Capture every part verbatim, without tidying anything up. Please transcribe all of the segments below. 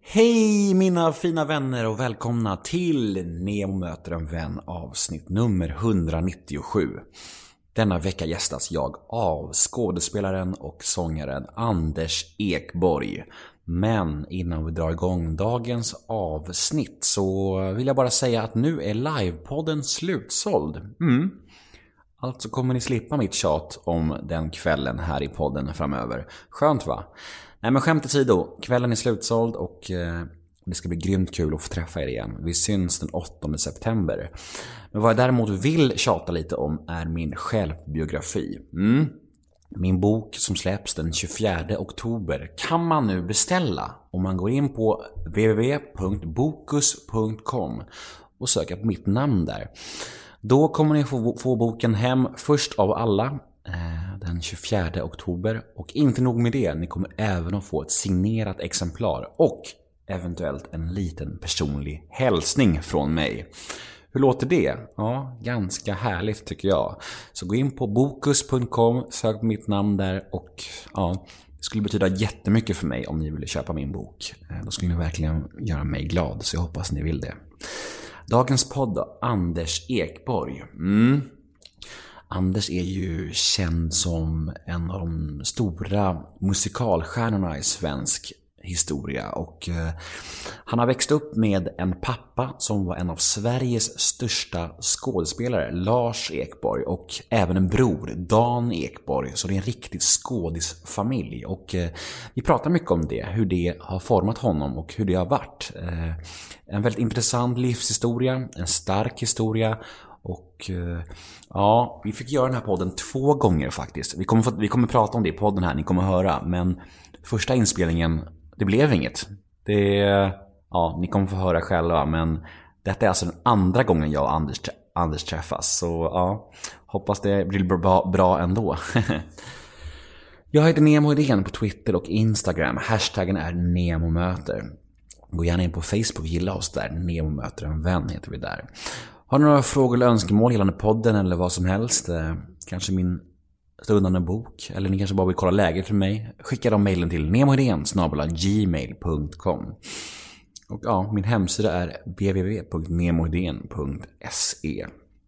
Hej mina fina vänner och välkomna till Nemo möter en vän avsnitt nummer etthundranittiosju. Denna vecka gästas jag av skådespelaren och sångaren Anders Ekborg. Men innan vi drar igång dagens avsnitt så vill jag bara säga att nu är livepodden slutsåld. Mm. Alltså kommer ni slippa mitt tjat om den kvällen här i podden framöver. Skönt va? Nej men skämt åsido, kvällen är slutsåld och eh, det ska bli grymt kul att få träffa er igen. Vi syns den åttonde september. Men vad jag däremot vill tjata lite om är min självbiografi. Mm. Min bok som släpps den tjugofjärde oktober kan man nu beställa om man går in på w w w punkt bokus punkt com och söker på mitt namn där. Då kommer ni få, få boken hem först av alla eh, den tjugofjärde oktober. Och inte nog med det, ni kommer även att få ett signerat exemplar och eventuellt en liten personlig hälsning från mig. Hur låter det? Ja, ganska härligt tycker jag. Så gå in på bokus punkt com, sök på mitt namn där och ja, det skulle betyda jättemycket för mig om ni ville köpa min bok. Eh, då skulle ni verkligen göra mig glad, så jag hoppas ni vill det. Dagens podd då, Anders Ekborg. Mm. Anders är ju känd som en av de stora musikalstjärnorna i svensk historia. Och eh, han har växt upp med en pappa som var en av Sveriges största skådespelare, Lars Ekborg. Och även en bror, Dan Ekborg. Så det är en riktigt skådisfamilj. Och eh, vi pratar mycket om det, hur det har format honom och hur det har varit. Eh, en väldigt intressant livshistoria, en stark historia. Och eh, ja, vi fick göra den här podden två gånger faktiskt. Vi kommer, få, vi kommer prata om det i podden här, ni kommer höra. Men första inspelningen, det blev inget. Det, ja, ni kommer få höra själva. Men detta är alltså den andra gången jag och Anders, Anders träffas. Så ja, hoppas det blir bra, bra ändå. Jag heter Nemo Idén på Twitter och Instagram. Hashtaggen är NEMOMÖTER. Gå gärna in på Facebook och gilla oss där. Nemo möter en vän heter vi där. Har ni några frågor eller önskemål gällande podden eller vad som helst? Eh, kanske min stundande bok. Eller ni kanske bara vill kolla läget för mig. Skicka de mejlen till nemoidén snabel-a gmail punkt com. Och ja, min hemsida är w w w punkt nemoidén punkt se.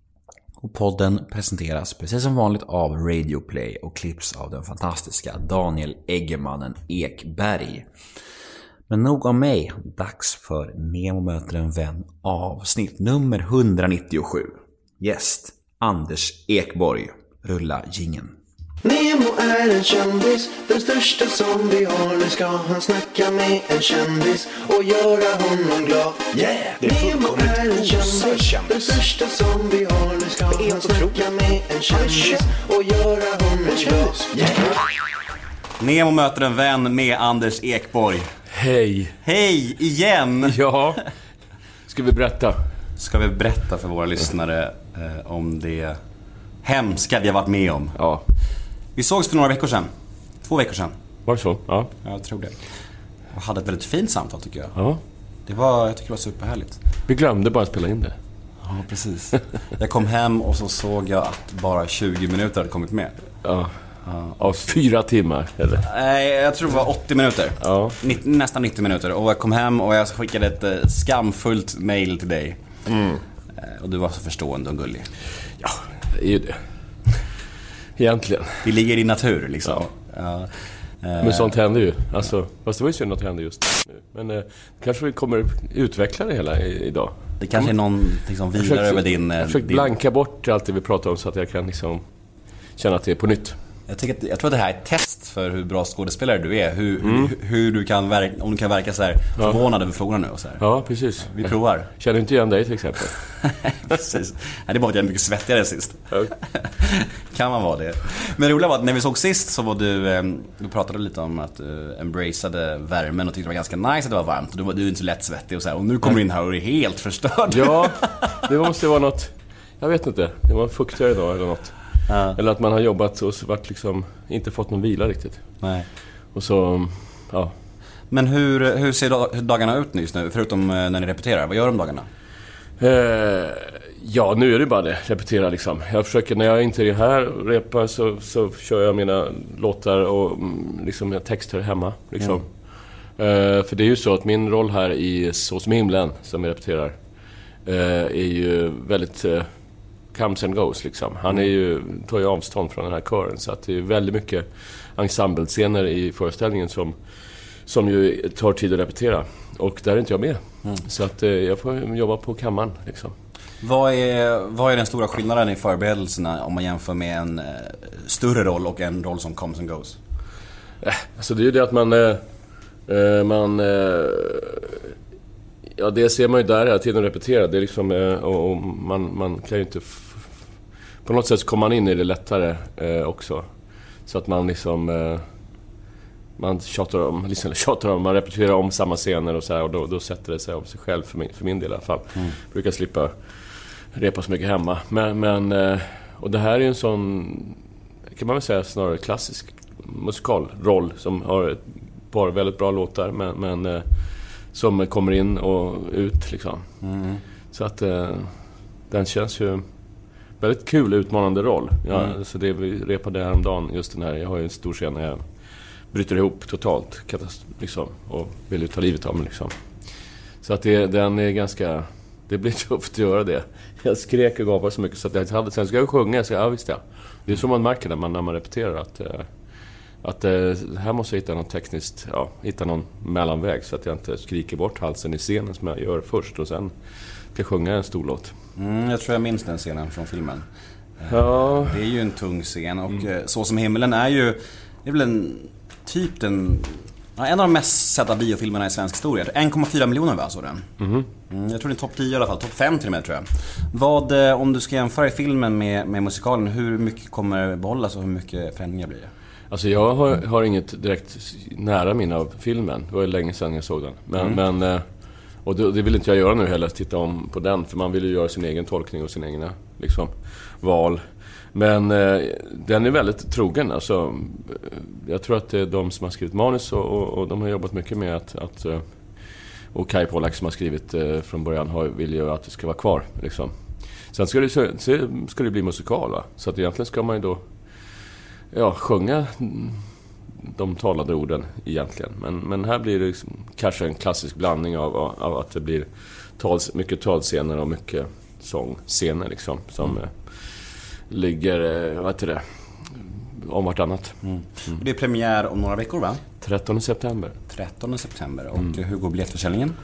Och podden presenteras precis som vanligt av Radioplay och klipps av den fantastiska Daniel Eggemannen Ekberg. Men nog om mig, dags för Nemo möter en vän avsnitt nummer etthundranittiosju. Gäst Anders Ekborg. Rulla jingeln. Nemo är en kändis, den största som vi har. Nu ska han snacka med en kändis och göra honom glad. Yeah, det är Nemo är en kändis, den största som vi har. Nu ska han snacka med en kändis och göra honom glad. Yeah. Nemo möter en vän med Anders Ekborg. Hej. Hej igen. Ja. Ska vi berätta? Ska vi berätta för våra lyssnare eh, om det hemska vi har varit med om. Ja. Vi sågs för några veckor sedan. Två veckor sedan. Var det så? Ja. Jag tror det. Jag hade ett väldigt fint samtal tycker jag. Ja. Det var, jag tycker det var superhärligt. Vi glömde bara att spela in det. Ja, precis. Jag kom hem och så såg jag att bara tjugo minuter hade kommit med. Ja. Ja. Av fyra timmar, eller? Nej, jag tror det var åttio minuter. Ja. nittio, nästan nittio minuter. Och jag kom hem och jag skickade ett eh, skamfullt mail till dig. Mm. Eh, och du var så förstående och gullig. Ja, det är ju det. Egentligen. Det ligger i din natur, liksom. Ja. Ja. Eh. Men sånt händer ju. Alltså, fast det var ju synd att det hände just nu. Men eh, kanske vi kommer utveckla det hela i, idag. Det kanske är någon liksom, vilar över din... Jag försöker din... blanka bort allt det vi pratar om så att jag kan liksom känna att det är på nytt. Jag, tycker att, jag tror att det här är ett test för hur bra skådespelare du är. Hur, mm. hur, hur du kan verka, om du kan verka så här förvånad över frågorna nu och så här. Ja, precis. Vi provar. Känner inte igen dig till exempel. Precis. Nej, det var att jag är mycket svettigare sist. Ja. Kan man vara det. Men det roliga var att när vi såg sist så var du, du pratade lite om att du embraceade värmen och tyckte det var ganska nice att det var varmt. Och du var du är inte så lätt svettig och så här. Och nu kommer du in här och är helt förstörd. Ja, det måste vara något. Jag vet inte. Det var fuktigare idag eller något. Ja. Eller att man har jobbat och så varit liksom inte fått någon vila riktigt. Nej. Och så, ja. Men hur, hur ser dagarna ut just nu? Förutom när ni repeterar, vad gör de dagarna? Eh, ja, nu är det bara det. Repetera liksom. Jag försöker, när jag inte är här och repar så, så kör jag mina låtar och liksom texter hemma liksom. Uh, för det är ju så att min roll här i Så som himlen, som jag repeterar, uh, är ju väldigt uh, comes and goes liksom. Han är ju, tar ju avstånd från den här kören, så att det är väldigt mycket ensemblescener i föreställningen som, som ju tar tid att repetera. Och där är inte jag med. Mm. Så att uh, jag får jobba på kammaren liksom. Vad är, vad är den stora skillnaden i förberedelserna om man jämför med en uh, större roll och en roll som comes and goes? Uh, alltså det är ju det att man... Uh, Uh, man uh, ja, det ser man ju där hela tiden repetera. Det är liksom, uh, och, och man, man kan ju inte f- på något sätt så kommer man in i det lättare uh, också. Så att man liksom uh, man tjatar om, liksom, tjatar om, man repeterar om samma scener och så här, och då, då sätter det sig av sig själv för min, för min del i alla fall. Mm. Brukar slippa repa så mycket hemma. Men, men uh, och det här är ju en sån, kan man väl säga, snarare klassisk musikalroll som har par väldigt bra låtar, men, men eh, som kommer in och ut liksom. Mm. Så att eh, den känns ju väldigt kul, utmanande roll. Ja, mm. Så det vi repade häromdagen, just den här, jag har ju en stor scen när jag bryter ihop totalt katast- liksom, och vill ta livet av mig liksom. Så att det, den är ganska, det blir tufft att göra det. Jag skrek och gapade så mycket så att jag hade, sen ska jag sjunga, så ja visst ja. Det är så man märker när man, när man repeterar att eh, Att eh, här måste jag hitta något tekniskt, ja, hitta någon mellanväg så att jag inte skriker bort halsen i scenen som jag gör först och sen ska sjunga en stor låt. Mm, jag tror jag minns den scenen från filmen. Ja. Det är ju en tung scen och mm. Så som himlen är ju, det är väl en typ den, ja, en av de mest sedda biofilmerna i svensk historia. en komma fyra miljoner var så den. Mm. Mm, jag tror det är topp tio i alla fall, topp fem till och med tror jag. Vad, om du ska jämföra i filmen med, med musikalen, hur mycket kommer behållas och hur mycket förändringar blir det? Alltså jag har, har inget direkt nära minne av filmen. Det var länge sedan jag såg den. Men, mm. men, och det, det vill inte jag göra nu heller, titta om på den. För man vill ju göra sin egen tolkning och sin egna liksom, val. Men eh, den är väldigt trogen. Alltså, jag tror att det är de som har skrivit manus och, och, och de har jobbat mycket med att... att och Kai Pollak som har skrivit eh, från början har, vill ju att det ska vara kvar. Liksom. Sen ska det, så, ska det bli musikal, va? Så att egentligen ska man ju då... Ja, sjunga de talade orden egentligen. Men, men här blir det liksom, kanske en klassisk blandning av, av att det blir tals, mycket talscener och mycket sångscener liksom, som mm. eh, ligger, eh, vad heter det, om vartannat. Mm. Mm. Det är premiär om några veckor, va? trettonde september. trettonde september. Och mm. hur går biljettförsäljningen?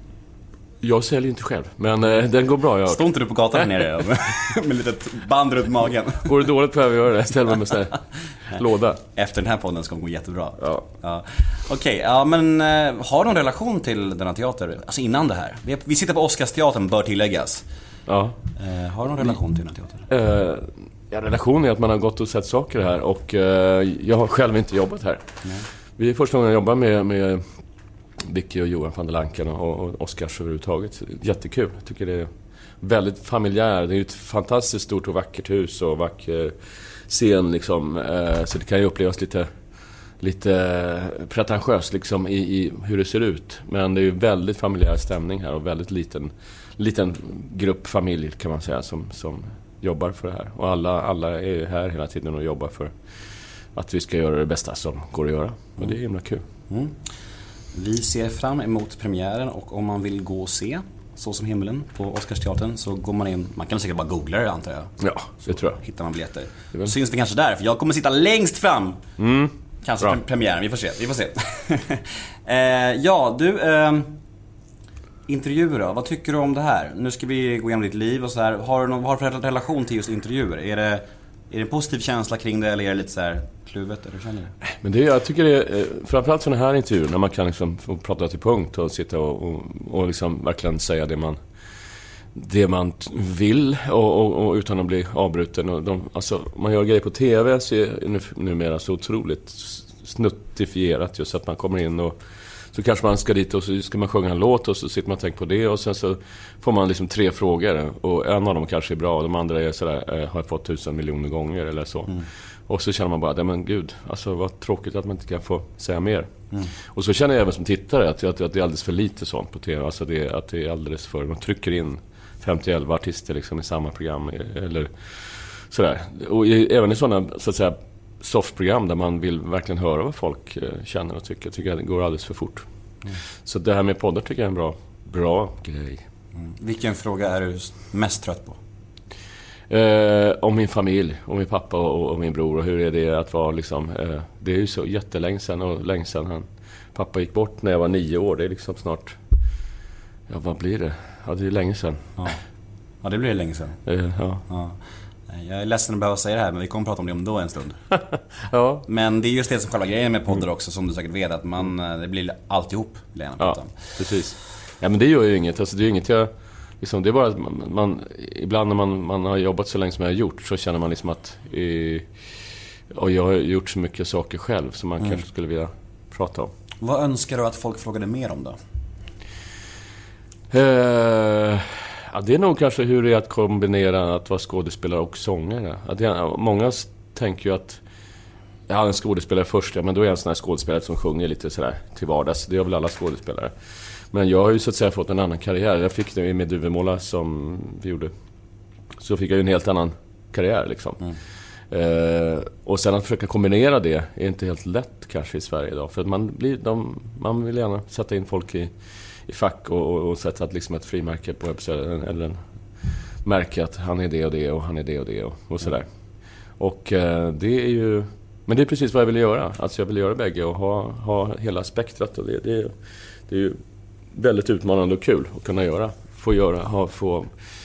Jag säljer inte själv, men eh, den går bra. Jag Står inte du på gatan här nere med litet band runt magen? Går det dåligt behöver jag göra det. Ställ mig med sån här låda. Efter den här podden ska det gå jättebra. Ja. Ja. Okej, okay, ja, men eh, har du någon relation till denna teater? Alltså innan det här. Vi, vi sitter på Oscarsteatern, bör tilläggas. Ja. Eh, har du någon relation till denna teater? Eh, ja, relation är att man har gått och sett saker här. Och eh, jag har själv inte jobbat här. Nej. Vi är första gången jag jobbar med... med Vicky och Johan van der Lanken och, och Oscars överhuvudtaget. Jättekul. Jag tycker det är väldigt familjär. Det är ett fantastiskt stort och vackert hus och vacker scen liksom. Eh, så det kan ju upplevas lite, lite pretentiöst liksom i, i hur det ser ut. Men det är ju väldigt familjär stämning här och väldigt liten, liten grupp familj kan man säga som, som jobbar för det här. Och alla, alla är här hela tiden och jobbar för att vi ska göra det bästa som går att göra. Och det är himla kul. Mm. Vi ser fram emot premiären och om man vill gå och se Så som himlen på Oscarsteatern så går man in, man kan säkert bara googla det antar jag. Ja, det tror jag. Hittar man biljetter. Så syns vi kanske där, för jag kommer sitta längst fram. Mm. Kanske pre- premiären, vi får se. Vi får se. eh, ja, du... Eh, intervjuer då, vad tycker du om det här? Nu ska vi gå igenom ditt liv och så här. Har du någon, vad har du för relation till just intervjuer? Är det, är det en positiv känsla kring det eller är det lite så här kluvet? Eller hur känner du? Men det, jag tycker det är framförallt sådana här intervjuer när man kan liksom få prata till punkt och sitta och, och, och liksom verkligen säga det man det man vill och, och, och utan att bli avbruten. Och de, alltså, man gör grejer på tv så är nu, numera så otroligt snuttifierat just att man kommer in och så kanske man ska dit och så ska man sjunga en låt och så sitter man och tänker på det och sen så får man liksom tre frågor och en av dem kanske är bra och de andra är sådär, eh, har fått tusen miljoner gånger eller så. Mm. Och så känner man bara, men gud, alltså vad tråkigt att man inte kan få säga mer. Mm. Och så känner jag även som tittare att, att, att det är alldeles för lite sånt på tv. Alltså det, att det är alldeles för, man trycker in femtioelva artister liksom i samma program eller sådär. Och i, även i sådana så att säga softprogram där man vill verkligen höra vad folk känner och tycker. Jag tycker att det går alldeles för fort. Mm. Så det här med poddar tycker jag är en bra, bra grej. Mm. Vilken fråga är du mest trött på? Eh, om min familj, om min pappa och, och min bror och hur är det att vara liksom, eh, det är ju så jättelänge sedan och länge sedan han, pappa gick bort när jag var nio år, det är liksom snart, ja vad blir det? Ja det är länge sedan. Ja, ja det blir länge sedan. Eh, ja. Ja. Jag är ledsen att behöva säga det här, men vi kommer prata om det om då en stund. Ja. Men det är just det som själva grejen med poddar också, som du säkert vet, att man, det blir alltihop, vill jag gärna prata om. Ja, precis. Ja men det gör ju inget, alltså det är inget jag liksom, det är bara att man, man ibland när man, man har jobbat så länge som jag har gjort så känner man liksom att eh, och jag har gjort så mycket saker själv som man mm. kanske skulle vilja prata om. Vad önskar du att folk frågade mer om då? Eh, ja, det är nog kanske hur det är att kombinera att vara skådespelare och sångare. Att jag, många tänker ju att jag är en skådespelare först, ja, men då är jag en sån här skådespelare som sjunger lite sådär till vardags. Det är väl alla skådespelare. Men jag har ju så att säga fått en annan karriär. Jag fick det med Duvemåla som vi gjorde. Så fick jag ju en helt annan karriär liksom. Mm. Eh, och sen att försöka kombinera det är inte helt lätt kanske i Sverige idag. För att man, blir, de, man vill gärna sätta in folk i, i fack och, och, och sätta liksom ett frimärke på webbsidan. Eller en märke att han är det och det och han är det och det och, och sådär. Och eh, det är ju... Men det är precis vad jag vill göra. Alltså jag vill göra bägge och ha, ha hela spektrat. Och det, det, det är ju väldigt utmanande och kul att kunna göra. Få göra, ha, få...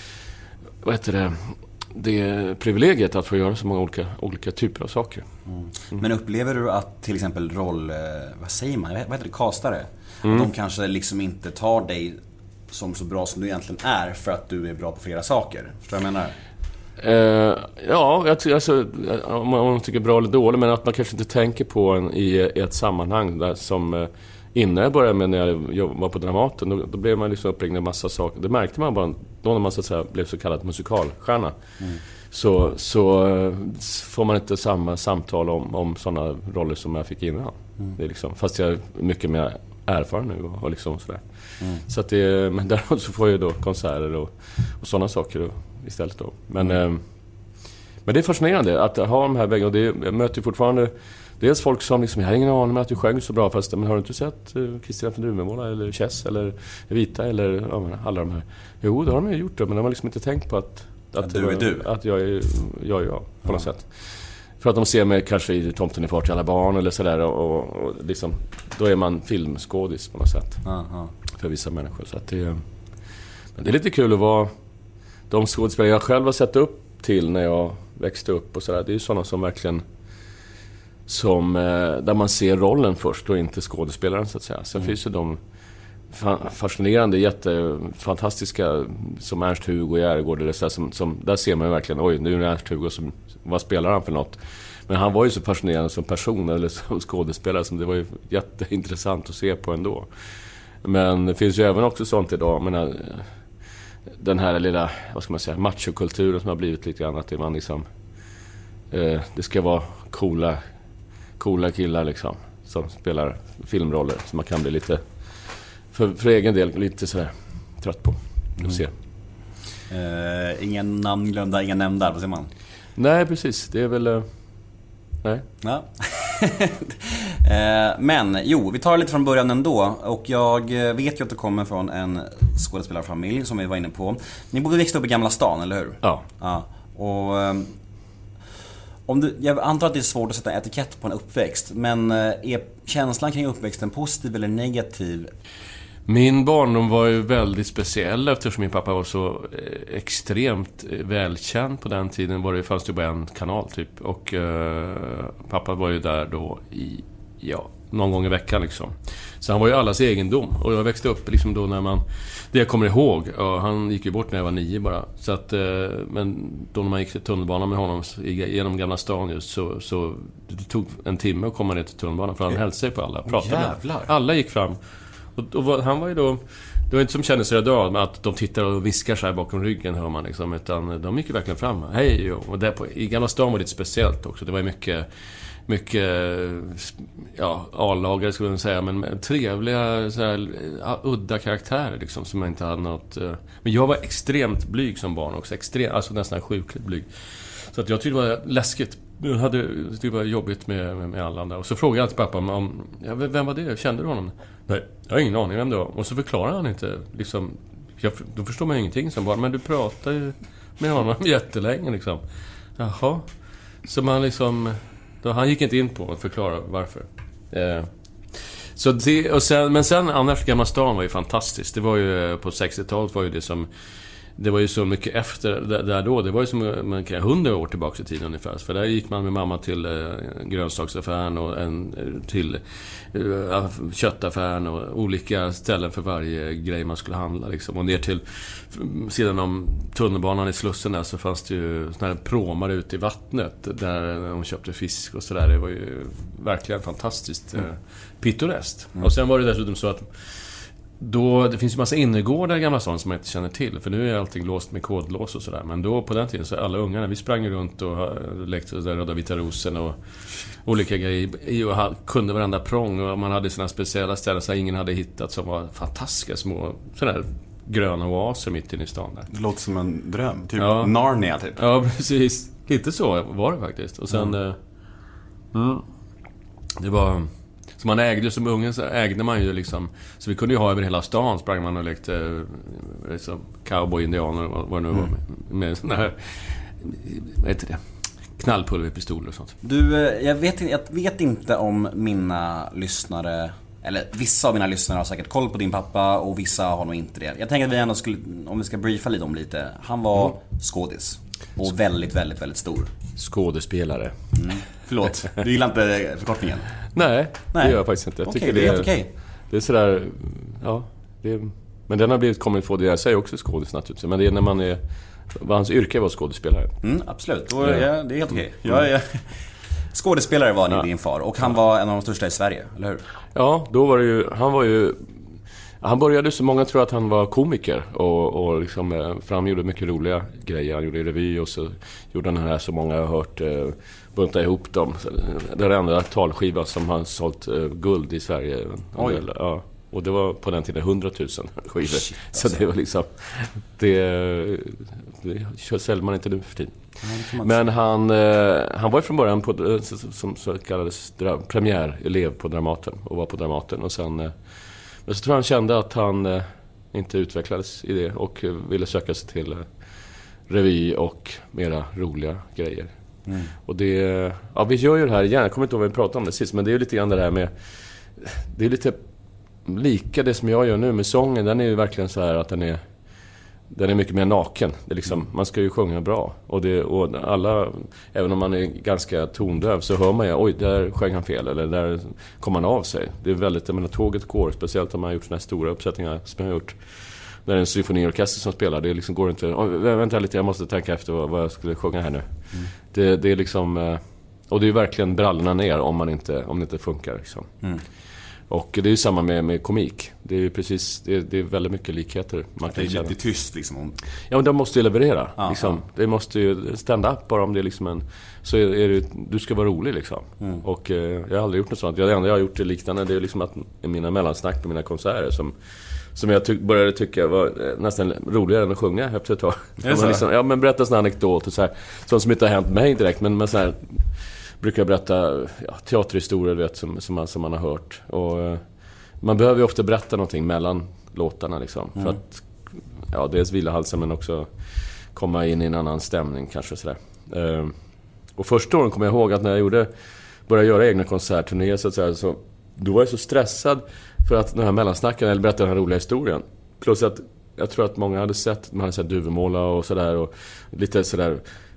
Vad heter det? Det är privilegiet att få göra så många olika, olika typer av saker. Mm. Mm. Men upplever du att till exempel roll... Vad säger man? Vad heter det? Kastare? Mm. De kanske liksom inte tar dig som så bra som du egentligen är för att du är bra på flera saker. Förstår du vad jag menar? Uh, ja, jag tycker, alltså, om man tycker bra eller dåligt, men att man kanske inte tänker på en i, i ett sammanhang där som uh, innan jag började med när jag var på Dramaten, då, då blev man liksom uppringd en massa saker. Det märkte man bara då när man så att säga blev så kallad musikalstjärna. Mm. Så, så uh, får man inte samma samtal om, om sådana roller som jag fick innan. Mm. Det är liksom, fast jag är mycket mer erfaren nu och, och liksom sådär. Mm. Så att det, men däremot så får jag då konserter och, och sådana saker då, istället då. Men, mm. eh, men det är fascinerande att ha de här väggarna. Och det, jag möter ju fortfarande dels folk som liksom, jag har ingen aning med att du sjöng så bra, fast men har du inte sett uh, Christian från Duvemåla eller Chess eller Vita eller ja, men, alla de här? Jo, det har de ju gjort det, men de har liksom inte tänkt på att, att, att du är du. Att jag är jag, är jag på ja. något sätt. För att de ser mig kanske i Tomten i fart till alla barn eller sådär, och, och, och liksom, då är man filmskådis på något sätt. Aha. För vissa människor. Så att det, men det är lite kul att vara de skådespelare jag själv har sett upp till när jag växte upp och sådär. Det är ju sådana som verkligen som, där man ser rollen först och inte skådespelaren så att säga. Sen mm. finns ju de fascinerande, jättefantastiska som Ernst-Hugo i Ärgård eller så här, som, som, där ser man ju verkligen, oj, nu är det Ernst-Hugo som, vad spelar han för något? Men han var ju så fascinerande som person eller som skådespelare som det var ju jätteintressant att se på ändå. Men det finns ju även också sånt idag, men den här lilla, vad ska man säga, machokulturen som har blivit lite grann, att det man liksom eh, det ska vara coola coola killar liksom som spelar filmroller som man kan bli lite för, för egen del lite sådär trött på mm. att se. Uh, ingen namn glömda, inga nämnda, vad säger man? Nej, precis, det är väl uh, nej. Ja. uh, men, jo, vi tar lite från början ändå. Och jag vet ju att du kommer från en skådespelarfamilj som vi var inne på. Ni borde växa upp i Gamla stan, eller hur? Ja. Ja. Och um, om du, jag antar att det är svårt att sätta etikett på en uppväxt, men är känslan kring uppväxten positiv eller negativ? Min barndom var ju väldigt speciell eftersom min pappa var så extremt välkänd på den tiden. Var det, fanns det bara en kanal typ. Och eh, pappa var ju där då i, ja, någon gång i veckan liksom. Så han var ju allas egendom. Och jag växte upp liksom då när man, det jag kommer ihåg, och han gick ju bort när jag var nio bara. Så att, eh, men då när man gick till tunnelbanan med honom genom Gamla stan just, så, så det tog en timme att komma ner till tunnelbanan. För han hälsade sig på alla, pratade oh, med. Alla gick fram. Och, och han var ju då, det var inte som kändes idag med att de tittar och viskar så här bakom ryggen, hör man liksom, utan de gick ju verkligen fram. Hej, och där på, i Gamla stan var det speciellt också. Det var ju mycket mycket ja, A-lagare skulle man säga, men trevliga så här, udda karaktärer liksom, som jag inte hade något. Men jag var extremt blyg som barn också, extremt, alltså nästan sjukligt blyg. Så att jag tyckte det var läskigt jag hade, det var jobbigt med, med, med alla andra. Och så frågade jag till pappa om, ja, vem var det? Kände du honom? Nej, jag har ingen aning vem det var. Och så förklarade han inte liksom, jag, då förstår man ingenting som bara, men du pratar ju med honom jättelänge liksom. Jaha. Så man liksom då, han gick inte in på att förklara varför. Eh, så det, och sen, men sen annars Gamla stan var ju fantastiskt. Det var ju på sextiotalet var ju det som det var ju så mycket efter där då. Det var ju som man kan hundra år tillbaka i tiden ungefär. För där gick man med mamma till eh, grönsaksaffären och en, till eh, köttaffären och olika ställen för varje grej man skulle handla liksom. Och ner till sidan om tunnelbanan i Slussen där så fanns det ju såna här pråmar ute i vattnet där de köpte fisk och sådär. Det var ju verkligen fantastiskt eh, pittoreskt. Mm. Och sen var det dessutom så att då, det finns ju massa innergårdar i Gamla stan som man inte känner till. För nu är allting låst med kodlås och sådär. Men då på den tiden så alla ungarna, vi sprang runt och lekte där Röda Vita Rosen och olika grejer. Och kunde varandra prång och man hade såna speciella ställen som ingen hade hittat som var fantastiska små sådana här gröna oaser mitt inne i stan där. Det låter som en dröm, typ ja. Narnia typ. Ja, precis. Lite så var det faktiskt. Och sen mm. Mm, det var... Så man ägde, som unge så ägde man ju liksom. Så vi kunde ju ha över hela stan. Sprang man och lekte liksom, cowboy-indianer och vad det nu var. Med, med sådana här, vad heter det? Knallpulverpistoler och sånt. Du, jag vet, jag vet inte om mina lyssnare, eller vissa av mina lyssnare har säkert koll på din pappa och vissa har nog inte det. Jag tänker att vi ändå skulle, om vi ska briefa lite om lite. Han var mm. skådis. Och väldigt, väldigt, väldigt stor. Skådespelare. Mm. Förlåt, du gillar inte förkortningen? Nej, Nej, det gör jag faktiskt inte. Jag okay, tycker det är det helt okej. Okay. Det är sådär, ja. Det är, men den har blivit kommit få det. Jag säger också skådis naturligtvis. Men det är när man är, vad hans yrke var skådespelare. Mm, absolut, då, ja. Ja, det är helt okej. Okay. Mm. Jag, jag, skådespelare var ja. din far. Och han var en av de största i Sverige, eller hur? Ja, då var det ju, han var ju... Han började så många tror att han var komiker och, och liksom framgjorde mycket roliga grejer. Han gjorde revy och så gjorde han här så många har hört eh, bunta ihop dem. Det är den enda talskiva som har sålt eh, guld i Sverige. Oj. Ja, och det var på den tiden hundratusen skivor. Shit, alltså. Så det var liksom det, det säljer man inte nu för tiden. Ja, men han, eh, han var ju från början på, som så kallades premiärelev på Dramaten och var på Dramaten och sen eh, men så tror jag han kände att han eh, inte utvecklades i det och eh, ville söka sig till eh, revy och mera roliga grejer. Mm. Och det, ja vi gör ju det här igen, jag kommer inte ihåg vad vi pratade om det sist, men det är ju lite grann det här med, det är lite lika det som jag gör nu med sången, den är ju verkligen så här att den är den är mycket mer naken. Det är liksom, man ska ju sjunga bra. Och, det, och alla, även om man är ganska tondöv så hör man ju, oj, där sjöng han fel. Eller där kom han av sig. Det är väldigt, jag menar, tåget går. Speciellt om man har gjort såna här stora uppsättningar som jag har gjort. När det är en symfoniorkester som spelar. Det liksom går inte, oj, vänta lite, jag måste tänka efter vad, vad jag skulle sjunga här nu. Mm. Det, det är liksom, och det är verkligen brallorna ner om, man inte, om det inte funkar. Liksom. Mm. Och det är ju samma med, med komik. Det är ju precis, det är, det är väldigt mycket likheter. Man det är lite känna. Tyst liksom. Om... Ja, men de måste ju leverera. Ah, liksom. ah. Det måste ju stand up bara om det är liksom en... Så är, är det, du ska vara rolig liksom. Mm. Och eh, jag har aldrig gjort något sånt. Det enda jag har gjort det liknande, det är liksom att mina mellansnack på mina konserter som, som jag ty- började tycka var nästan roligare än att sjunga efter ett tag. Liksom, ja, men berätta såna anekdoter så här, sånt som inte har hänt mig direkt, men, men så här... brukar berätta ja, teaterhistorier vet, som, som, man, som man har hört. Och, eh, man behöver ju ofta berätta någonting mellan låtarna. Liksom, mm. För att ja, dels vila halsen men också komma in i en annan stämning. Kanske, sådär. Eh, och första åren kommer jag ihåg att när jag gjorde, började göra egna konsertturnéer så att säga, så, då var jag så stressad för att den här mellansnacken eller berätta den här roliga historien. Plus att jag tror att många hade sett, man hade sett Duvemåla och sådär och lite sådär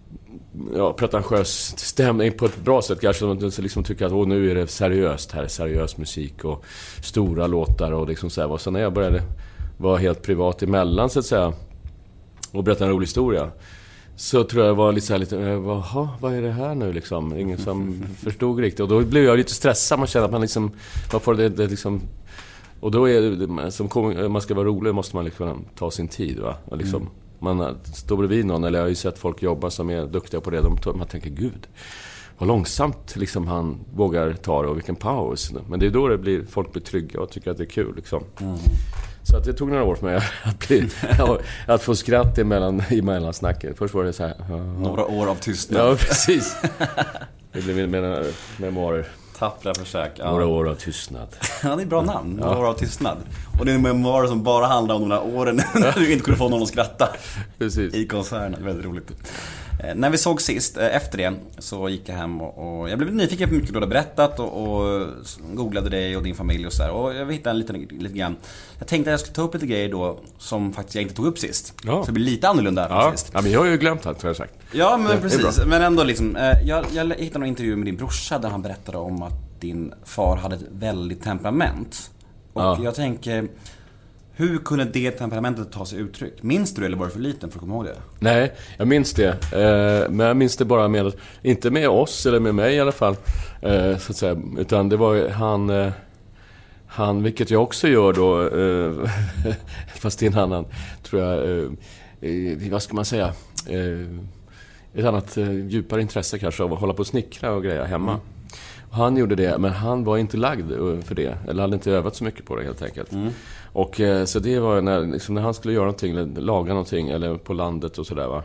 ja, pretentiös stämning på ett bra sätt kanske, de liksom tycker att åh, nu är det seriöst här, seriös musik och stora låtar och liksom så här. Och sen när jag började vara helt privat emellan så att säga och berätta en rolig historia så tror jag var lite så här lite, jaha, vad är det här nu liksom? Ingen som förstod riktigt och då blev jag lite stressad, man känner att man liksom varför det, det liksom och då är det, som kom, man ska vara rolig måste man liksom ta sin tid va? Och liksom mm. man står bredvid någon, eller jag har ju sett folk jobba som är duktiga på det, de, man tänker gud vad långsamt liksom han vågar ta det och vilken paus, men det är då det blir, folk blir trygga och tycker att det är kul liksom. Mm. Så att det tog några år för mig att, bli, att få skratt emellan, emellan snacket. Först var det så här ja. Några år av tystnad. Ja, precis. Det blir mina memoarer. Tappra försök. Ja. Några år av tystnad. Ja, det är bra namn. Några ja. år av tystnad. Och det är en memoar som bara handlar om de där åren när du inte kunde få någon att skratta. Precis. I konserten. Väldigt roligt. Eh, när vi såg sist, eh, efter det, så gick jag hem och, och jag blev nyfiken på mycket du hade berättat och, och googlade dig och din familj och så där. Och jag hittade en liten, lite grann. Jag tänkte att jag skulle ta upp lite grejer då som faktiskt jag inte tog upp sist. Ja. Så det blir lite annorlunda ja. sist. Ja, men jag har ju glömt allt, har jag sagt. Ja, men det, precis. Men ändå liksom, eh, jag, jag hittade någon intervju med din brorsa där han berättade om att din far hade ett väldigt temperament. Och ja. jag tänker, hur kunde det temperamentet ta sig uttryck? Minns du det eller var du för liten för att komma ihåg det? Nej, jag minns det. Eh, men jag minns det bara med, inte med oss eller med mig i alla fall. Eh, så att säga. Utan det var han, eh, han, vilket jag också gör då, eh, fast det är en annan, tror jag, eh, vad ska man säga, eh, ett annat eh, djupare intresse kanske av att hålla på och snickra och grejer hemma. Mm. Han gjorde det, men han var inte lagd för det. Eller hade inte övat så mycket på det helt enkelt. Mm. Och så det var när, liksom, när han skulle göra någonting, eller laga någonting, eller på landet och sådär va.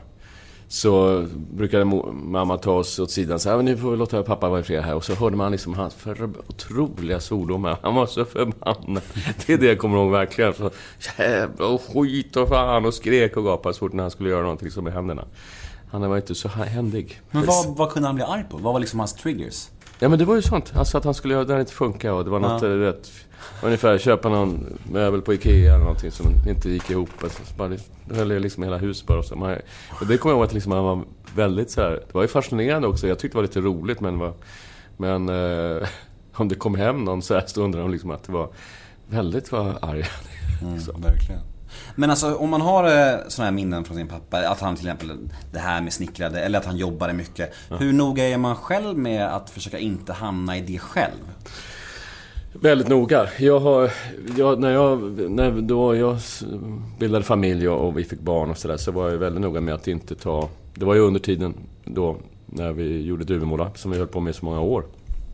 Så brukade mamma ta oss åt sidan och säga, men nu får vi låta pappa vara i fred här. Och så hörde man liksom hans för otroliga svordomar. Han var så förbannad. Det är det jag kommer ihåg verkligen. Så, jävla och skit och fan, och skrek och gapade så fort när han skulle göra någonting som med händerna. Han var inte så händig. Men vad, vad kunde han bli arg på? Vad var liksom hans triggers? Ja, men det var ju sånt. Alltså att han skulle göra det här inte funka. Och det var något, ja. rätt, ungefär köpa någon möbel på Ikea eller någonting som inte gick ihop. Alltså, bara, det höll liksom hela huset bara. Och, så. Man, och det kommer jag ihåg att liksom, han var väldigt så här. Det var ju fascinerande också. Jag tyckte det var lite roligt. Men, var, men eh, om det kom hem någon så här så undrade de liksom att det var väldigt var arg. Mm, verkligen. Men alltså om man har såna här minnen från sin pappa, att han till exempel det här med snickrade eller att han jobbade mycket, ja. hur noga är man själv med att försöka inte hamna i det själv? Väldigt noga. Jag har, jag, när jag när då jag bildade familj och vi fick barn och så där, så var jag väldigt noga med att inte ta. Det var ju under tiden då när vi gjorde Duvemåla som vi höll på med så många år.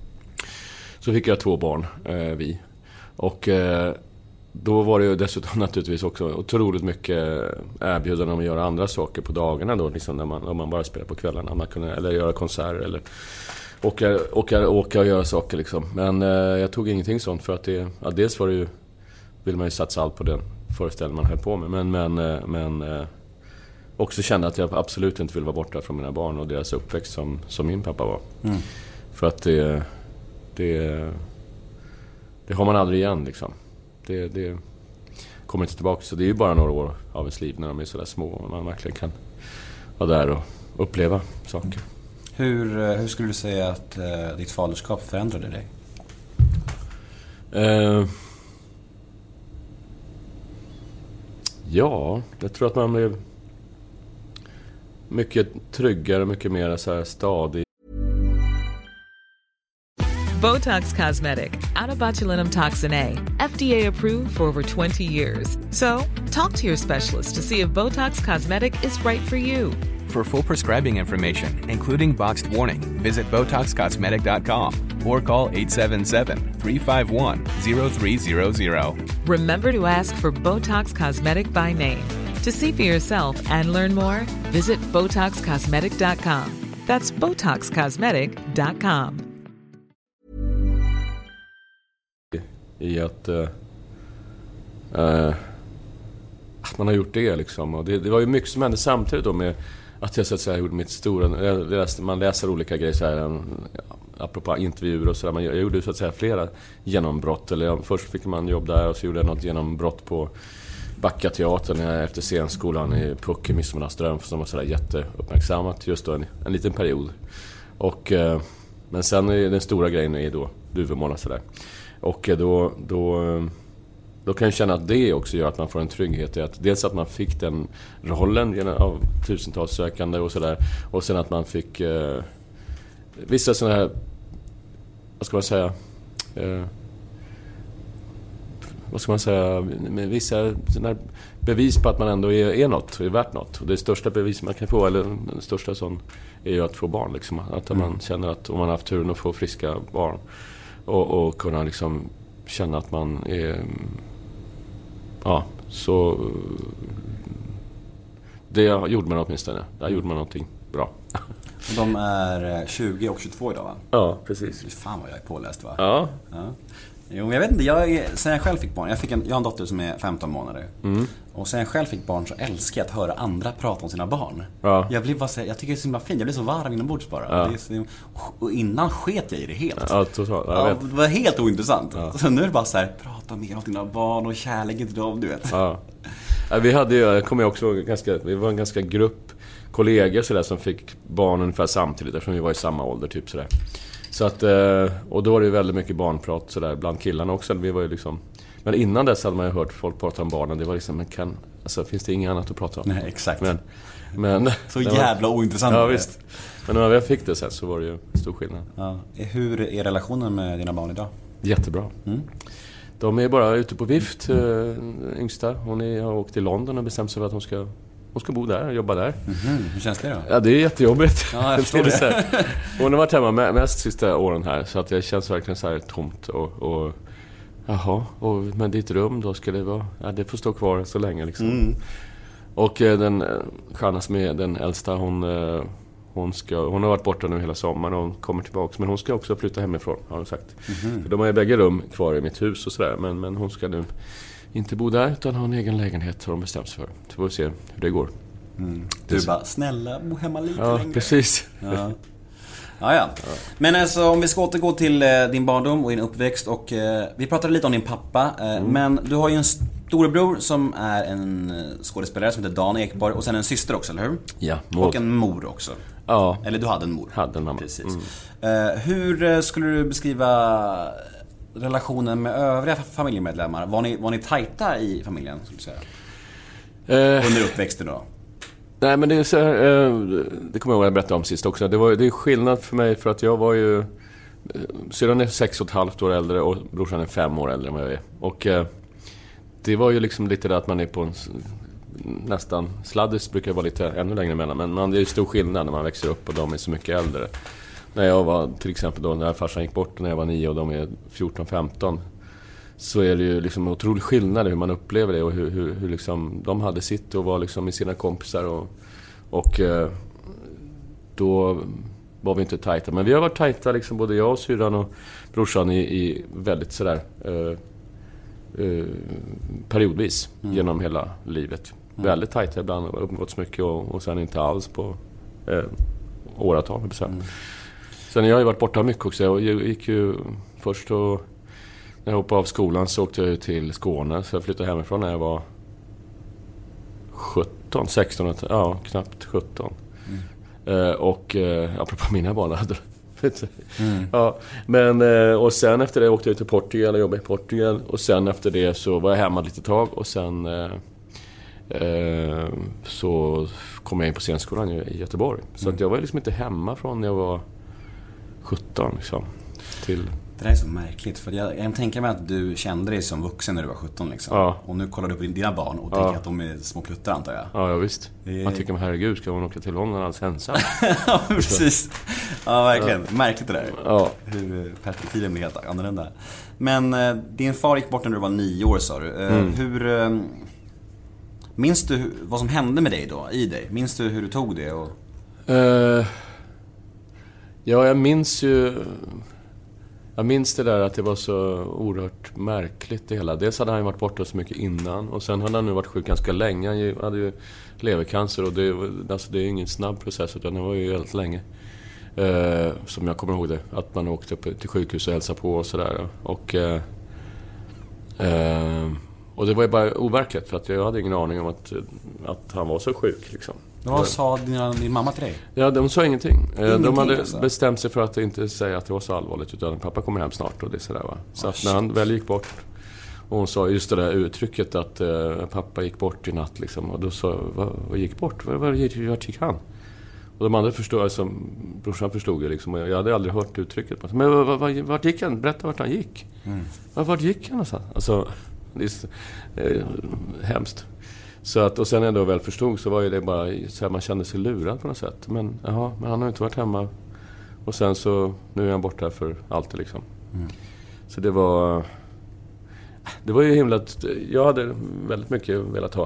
Så fick jag två barn, eh, vi. Och eh, då var det ju dessutom naturligtvis också otroligt mycket erbjudanden om att göra andra saker på dagarna då, liksom när man, om man bara spelar på kvällarna, man kunde, eller göra konserter eller åka, åka, åka och göra saker liksom. Men eh, jag tog ingenting sånt för att det, ja, dels var det ju, vill man ju satsa allt på den föreställning man höll på med, men, men, eh, men eh, också kände att jag absolut inte ville vara borta från mina barn och deras uppväxt som, som min pappa var. Mm. För att det, det, det har man aldrig igen liksom. Det, det kommer inte tillbaka. Så det är ju bara några år av ens liv när de är sådär små och man verkligen kan vara där och uppleva saker. Hur, hur skulle du säga att uh, ditt faderskap förändrade dig? Uh, ja, jag tror att man blev mycket tryggare, mycket mer så här stadig. Botox Cosmetic, out of botulinum toxin A, F D A approved for over twenty years. So, talk to your specialist to see if Botox Cosmetic is right for you. For full prescribing information, including boxed warning, visit Botox Cosmetic dot com or call eight seven seven, three five one, zero three zero zero. Remember to ask for Botox Cosmetic by name. To see for yourself and learn more, visit Botox Cosmetic dot com. That's Botox Cosmetic dot com. I att, uh, uh, att man har gjort det liksom. Och det, det var ju mycket som hände samtidigt då med att jag så att säga gjorde mitt stora, jag läste, man läser olika grejer så här, um, apropå intervjuer och sådär, men jag, jag gjorde så att säga flera genombrott, eller jag, först fick man jobb där och så gjorde jag något genombrott på Backateatern efter scenskolan i Puck i Midsommarström som var sådär jätteuppmärksammat just då en, en liten period. Och uh, men sen är den stora grejen är då Duvemåla sådär. Och då, då, då kan jag känna att det också gör att man får en trygghet i att dels att man fick den rollen av tusentals sökande och sådär, och sen att man fick eh, vissa sådana här, vad ska man säga, eh, vad ska man säga, med vissa sådana här bevis på att man ändå är, är något, är värt något. Och det största bevis man kan få, eller den största sån, är ju att få barn liksom. Att mm. man känner att om man har haft turen att få friska barn och, och kunna liksom känna att man är, ja, så det gjorde man åtminstone. Där gjorde man någonting bra. De är tjugo och tjugotvå idag, va? Ja, precis. Fan vad jag är påläst, va? Ja. Ja. Jo, jag vet inte, jag är, sen jag själv fick barn, jag, fick en, jag har en dotter som är femton månader. Mm. Och sen jag själv fick barn så älskar jag att höra andra prata om sina barn. Ja. Jag, blir bara så, jag tycker det är så himla fint, jag blir så varm inombords bara. Ja. Det är så, och innan sket jag i det helt. Ja, totalt. Jag Ja, vet. det var helt ointressant. Ja. Så nu är det bara så här, prata mer om dina barn och kärleken till dem, du vet. Ja. Ja, vi hade ju, jag kommer jag också ganska, vi var en ganska grupp kollegor så där, som fick barn ungefär samtidigt, eftersom vi var i samma ålder typ sådär. Så att, och då var det ju väldigt mycket barnprat så där bland killarna också. Vi var ju liksom, men innan dess hade man ju hört folk prata om barnen. Det var liksom, men kan, alltså, finns det inget annat att prata om? Nej, exakt. Men, men, så jävla var, ointressant. Ja, visst. Men när jag fick det sen så var det ju stor skillnad. Ja. Hur är relationen med dina barn idag? Jättebra. Mm. De är bara ute på vift, äh, yngsta. Hon är, har åkt till London och bestämt sig för att hon ska, hon ska bo där och jobba där. Mm-hmm. Hur känns det då? Ja, det är jättejobbigt. Ja, jag förstår det. Hon har varit hemma mest sista åren här, så att det känns verkligen så här tomt och, och jaha, och, men ditt rum då ska det vara, ja, det får stå kvar så länge liksom. Mm. Och eh, den Shanna som är den äldsta, hon, eh, hon, ska, hon har varit borta nu hela sommaren och hon kommer tillbaka, men hon ska också flytta hemifrån, har hon sagt. Mm-hmm. För de har ju bägge rum kvar i mitt hus och sådär, men, men hon ska nu inte bo där utan ha en egen lägenhet, har de bestämt sig för. Så får vi se hur det går. Mm. Du bara, snälla, bo hemma lite ja, längre. Precis. Ja, ja. Ja, ja. Men alltså, om vi ska återgå till eh, din barndom och din uppväxt. Och, eh, vi pratade lite om din pappa. Eh, mm. Men du har ju en storebror som är en skådespelare som heter Dan Ekborg. Och sen en syster också, eller hur? Ja. Och en mor också. Ja. Eller du hade en mor. Hade en mamma. Precis. Mm. Eh, hur skulle du beskriva relationen med övriga familjemedlemmar? Var ni, var ni tajta i familjen, skulle du säga? Eh. Under uppväxten då? Nej, men det är så här, det kommer jag ihåg att berätta om sist också. Det var det är skillnad för mig, för att jag var ju, syrran är sex och ett halvt år äldre och brorsan är fem år äldre än vad jag är. Och det var ju liksom lite det att man är på en, nästan sladdis brukar vara lite ännu längre emellan, men man, det är ju stor skillnad när man växer upp och de är så mycket äldre. När jag var till exempel då, när farsan gick bort när jag var nio och de är fjorton femton, så är det ju liksom en otrolig skillnad hur man upplever det och hur, hur, hur liksom de hade sitt och var liksom med sina kompisar och, och eh, då var vi inte tajta, men vi har varit tajta liksom, både jag och syrran och brorsan i, i väldigt sådär eh, eh, periodvis mm. genom hela livet. Mm. Väldigt tajta ibland och umgåtts mycket och, och sen inte alls på eh, åratal. Mm. Sen jag har ju varit borta mycket också. Jag gick ju först och när jag hoppade av skolan så åkte jag till Skåne, så jag flyttade hemifrån när jag var sjutton, sexton, ja knappt sjutton. Mm. Eh, och eh, apropå mina barn hade mm. ja, men eh, och sen efter det åkte jag till Portugal och jobbade i Portugal, och sen efter det så var jag hemma lite tag och sen eh, eh, så kom jag in på scenskolan i Göteborg. Så mm. att jag var liksom inte hemma från när jag var sjutton liksom, till... Det där är så märkligt, för jag, jag tänker mig att du kände dig som vuxen när du var sjutton liksom. Ja. Och nu kollar du på dina barn och tänker ja. att de är små pluttar, antar jag. Ja, ja visst. Är... Man tycker, men herregud, ska hon åka till London alls ensam? Ja, precis. Ja, verkligen. Ja. Märkligt det där. Ja. Hur perspektiven blir helt annorlunda. Men eh, din far gick bort när du var nio år, sa du. Eh, mm. Hur... Eh, minns du vad som hände med dig då, i dig? Minns du hur du tog det? Och... Uh, ja, jag minns ju... Jag minns det där att det var så oerhört märkligt det hela. Dels hade han varit borta så mycket innan, och sen hade han nu varit sjuk ganska länge. Han hade ju levercancer, och det, alltså det är ingen snabb process, utan det var ju väldigt länge. Eh, som jag kommer ihåg det, att man åkte upp till sjukhus och hälsade på och sådär. Och, eh, eh, och det var ju bara overkligt, för att jag hade ingen aning om att, att han var så sjuk liksom. Vad sa din, din mamma till dig? Ja, de sa ingenting. ingenting de hade alltså. bestämt sig för att inte säga att det var så allvarligt, utan pappa kommer hem snart och det sådär, va. Så oh, att när han väl gick bort, och hon sa just det där uttrycket att uh, pappa gick bort i natt liksom, och då sa vad, vad gick bort? Vad, vad, vart gick han? Och de andra förstod, alltså brorsan förstod det liksom, och jag hade aldrig hört uttrycket. Men vad, vad, vad, vart gick han? Berätta vart han gick. Mm. Vad, vart gick han alltså? Alltså, det är eh, hemskt. Så att, och sen när jag då väl förstod, så var ju det bara så här, man kände sig lurad på något sätt. Men, jaha, men han har inte varit hemma. Och sen så, nu är han borta för alltid liksom. Mm. Så det var... Det var ju himla... Jag hade väldigt mycket velat ha en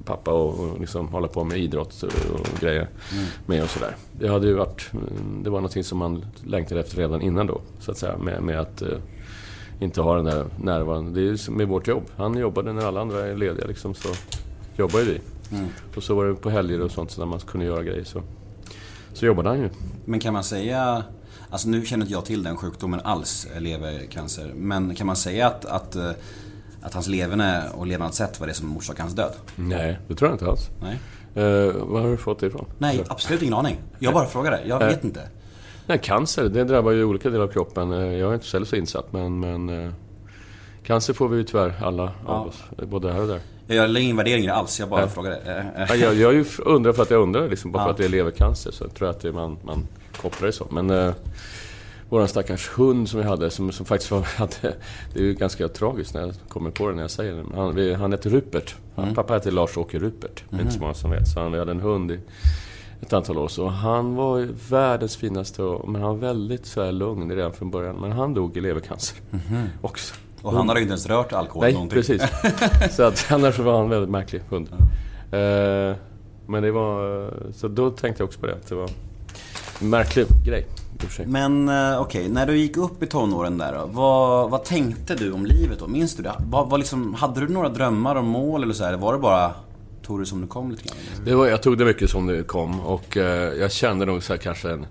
pappa och, och liksom hålla på med idrott och, och grejer mm. med och sådär. Det hade ju varit, det var någonting som man längtade efter redan innan då, så att säga, med, med att uh, inte ha den där närvaron. Det är ju med vårt jobb. Han jobbade när alla andra är lediga liksom, så jobbar ju vi. Mm. Och så var det på helger och sånt, så när man kunde göra grejer så, så jobbade han ju. Men kan man säga, alltså nu känner inte jag till den sjukdomen alls, levercancer, men kan man säga att, att, att hans leverne och levnadssätt var det som orsakade hans död? Nej, det tror jag inte alls. Nej. Uh, vad har du fått det ifrån? Nej, absolut ingen aning. Jag bara frågar det, jag vet uh, inte. Nej, cancer, det drabbar ju olika delar av kroppen. Jag är inte själv så insatt, men, men uh, cancer får vi ju tyvärr alla ja. av oss, både här och där. Jag lägger ingen värdering alls, jag bara äh. frågar det. Ja, jag, jag ju undrar för att jag undrar, liksom, bara ja. för att det är levercancer, så jag tror jag att det, man, man kopplar det så. Men uh, våran stackars hund som vi hade, som, som faktiskt var, hade, det är ju ganska tragiskt när jag kommer på det när jag säger det. Han, vi, han heter Rupert. Mm. Pappa heter Lars-Åke Rupert, mm. inte så många som vet. Så han hade en hund i ett antal år. Så han var ju världens finaste, men han var väldigt så här lugn redan från början. Men han dog i levercancer mm. också. Och han hade ju inte ens rört alkohol. Nej, någonting. Precis. Så att annars var han en väldigt märklig hund. Mm. Uh, men det var, så då tänkte jag också på det. Det var en märklig grej. Men uh, okej, okay, när du gick upp i tonåren där då, vad, vad tänkte du om livet då? Minns du det? Vad, vad liksom, hade du några drömmar och mål eller så här? Eller var det bara, tog det som det kom lite grann? Det var, jag tog det mycket som det kom. Och uh, jag kände nog så här kanske en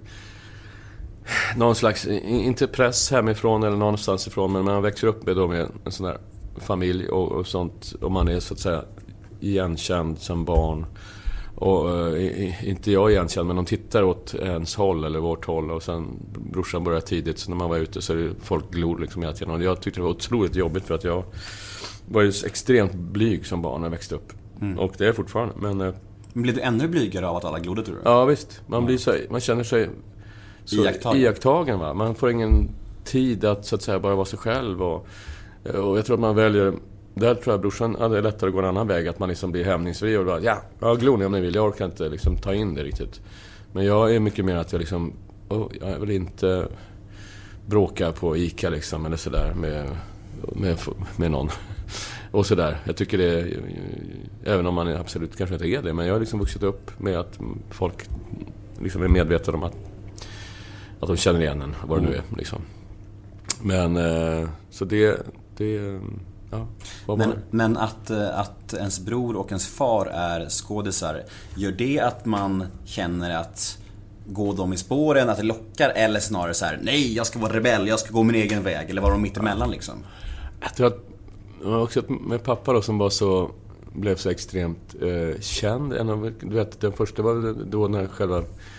någon slags, inte press hemifrån eller någonstans ifrån, men man växer upp med, då med en sån där familj och, och sånt, och man är så att säga igenkänd som barn. Och uh, inte jag igenkänd, men de tittar åt ens håll eller vårt håll, och sen brorsan började tidigt, så när man var ute så är det folk glor liksom hela tiden. Och jag tyckte det var otroligt jobbigt, för att jag var ju extremt blyg som barn när jag växte upp. Mm. Och det är fortfarande, men... Uh, men blev du ännu blygare av att alla glodde, tror du? Ja, visst. Man mm. blir så, man känner sig så iakttagen. iakttagen va? Man får ingen tid att så att säga bara vara sig själv, och, och jag tror att man väljer, där tror jag brorsan hade lättare att gå en annan väg, att man liksom blir hämningsfri och bara, ja, jag glor ni om ni vill, jag orkar inte liksom ta in det riktigt. Men jag är mycket mer att jag liksom, oh, jag vill inte bråka på Ica liksom, eller sådär med, med, med någon och sådär. Jag tycker det är, även om man är absolut kanske inte är det, men jag har liksom vuxit upp med att folk liksom är medvetna om att att de känner igen en, vad det nu är liksom. Men eh, så det, det ja, vad men, var det? Men att, att ens bror och ens far är skådisar, gör det att man känner att gå dem i spåren, att det lockar, eller snarare så här, nej, jag ska vara rebell, jag ska gå min egen väg, eller var de mitt emellan liksom? Jag tror att också med pappa då, som var så, blev så extremt eh, känd. En av, du vet, den första var då när själva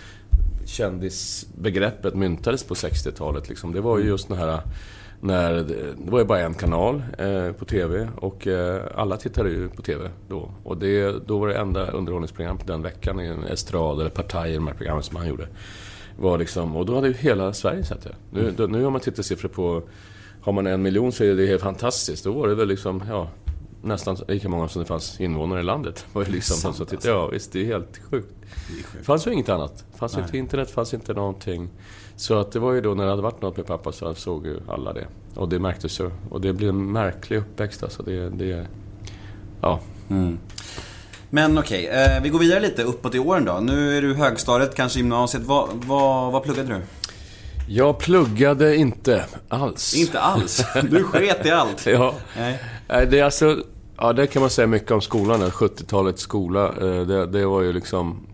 kändisbegreppet myntades på sextiotalet liksom. Det var ju just den här, när det var ju bara en kanal eh, på tv, och eh, alla tittade ju på tv då, och det, då var det enda underhållningsprogram på den veckan, i en estrad eller partaj, de här programmen som han gjorde var liksom, och då hade ju hela Sverige sett det. Nu, mm. då, nu har man tittat siffror på, har man en miljon så är det helt fantastiskt. Då var det väl liksom, ja, nästan lika många som det fanns invånare i landet. Var ju liksom, sant, så tittade, alltså. Ja, visst, det är helt sjukt. Det fanns ju inget annat. Det fanns inte internet, fanns inte någonting. Så att det var ju då, när det hade varit något med pappa, så såg ju alla det. Och det märktes ju. Och det blev en märklig uppväxt. Alltså det, det ja. Mm. Men okej, okay, eh, vi går vidare lite uppåt i åren då. Nu är du högstadiet, kanske gymnasiet. Vad, vad, vad pluggade du? Jag pluggade inte alls. Inte alls? Du sket i allt? Ja. Nej. Det är alltså, ja, det kan man säga mycket om skolan. sjuttiotalets skola, det, det var ju liksom,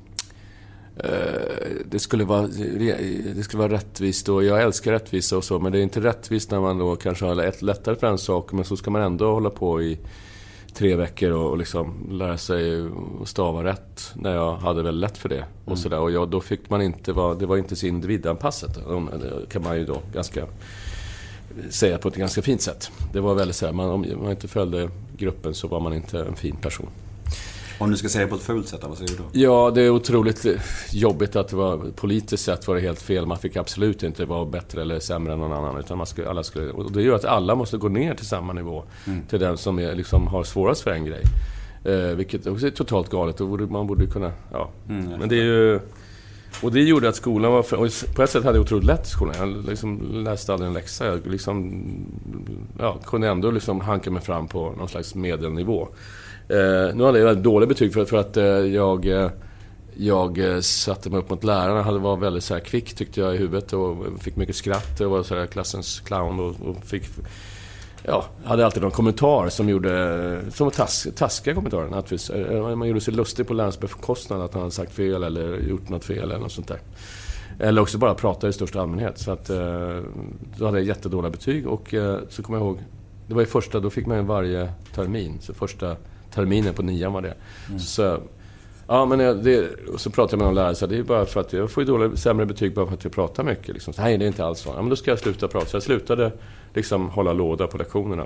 det skulle vara, det skulle vara rättvist, och jag älskar rättvisa och så, men det är inte rättvist när man då kanske har ett lättare för en sak, men så ska man ändå hålla på i tre veckor och, och liksom lära sig stava rätt, när jag hade väl lätt för det. Mm. Och sådär, och jag, då fick man inte vara, det var inte så individanpassat, det kan man ju då ganska säga på ett ganska fint sätt. Det var väldigt så här, man, om man inte följde gruppen så var man inte en fin person. Om du ska säga det på ett fult sätt, vad säger du då? Ja, det är otroligt jobbigt att det var politiskt sett var det helt fel. Man fick absolut inte vara bättre eller sämre än någon annan, utan man skulle, alla skulle, och det gör att alla måste gå ner till samma nivå, mm. till den som är, liksom, har svårast för en grej. Eh, vilket också är totalt galet, och man borde kunna, ja. Mm, men det är ju, och det gjorde att skolan var, och på ett sätt hade jag otroligt lätt i skolan. Jag liksom läste aldrig en läxa. Jag liksom, ja, kunde ändå liksom hanka mig fram på någon slags medelnivå. Eh, nu hade jag väldigt dålig betyg för, för att eh, jag, eh, jag eh, satte mig upp mot lärarna. Jag var väldigt så här kvick tyckte jag i huvudet och fick mycket skratt. Jag var så här klassens clown och, och fick... Ja, jag hade alltid någon kommentar som gjorde som var tas, taskiga kommentarer naturligtvis. Man gjorde sig lustig på lärarens bekostnad att han hade sagt fel eller gjort något fel eller något sånt där. Eller också bara prata i största allmänhet. Så att då hade jag jättedåliga betyg och så kommer jag ihåg, det var i första, då fick man ju varje termin. Så första terminen på nian var det. Mm. Så ja, men det, så pratade jag med någon lärare så det är bara för att jag får ju dåliga, sämre betyg bara för att jag pratar mycket liksom. Så, nej, det är inte alls så. Ja, men då ska jag sluta prata. Så jag slutade liksom hålla låda på lektionerna.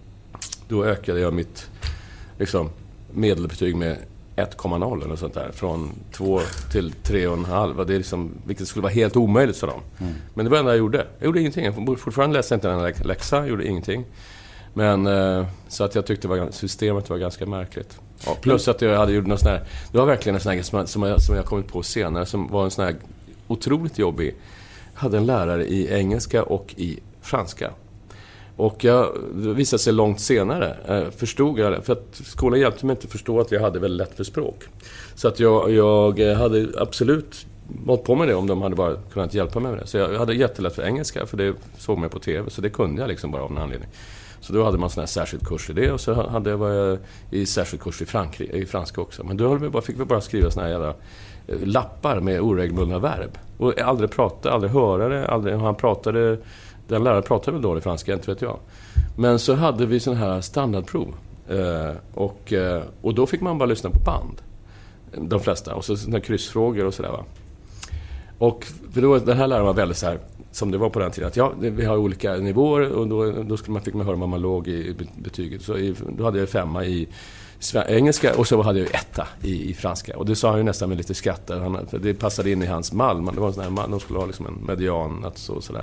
Då ökade jag mitt liksom medelbetyg med ett komma noll eller sånt där. Från två till tre komma fem. Det är liksom, vilket skulle vara helt omöjligt för dem. Mm. Men det var det enda jag gjorde. Jag gjorde ingenting. Jag fortfarande läste inte en läxa. Jag gjorde ingenting. Men så att jag tyckte var, systemet var ganska märkligt. Ja, plus att jag hade gjort någon sån här, det var verkligen en sån här som, som, jag, som jag kommit på senare som var en sån här otroligt jobbig. Jag hade en lärare i engelska och i franska. Och jag, det visade sig långt senare, eh, förstod jag, för att skolan hjälpte mig inte att förstå att jag hade väldigt lätt för språk. Så att jag, jag hade absolut mått på med det om de hade bara kunnat hjälpa mig med det. Så jag hade jättelätt för engelska, för det såg mig på tv, så det kunde jag liksom bara av en anledning. Så då hade man sån här särskild kurs i det och så hade jag, var jag i särskild kurs i, Frankrike, i franska också. Men då vi bara, fick vi bara skriva såna här jävla lappar med oregelbundna verb. Och aldrig prata, aldrig höra det, aldrig, han pratade, den läraren pratade väl dåligt franska, inte vet jag. Men så hade vi sån här standardprov. Eh, och, eh, och då fick man bara lyssna på band. De flesta. Och så såna kryssfrågor och sådär va. Och för då, den här läraren var väldigt så här, som det var på den tiden, att ja, vi har olika nivåer och då, då skulle man, fick man höra var man låg i betyget. Så i, då hade jag femma i engelska och så hade jag etta i, i franska. Och det sa han ju nästan med lite skratt. Han, det passade in i hans mall. Det var en sån här mall, de skulle ha liksom en median att så, sådär.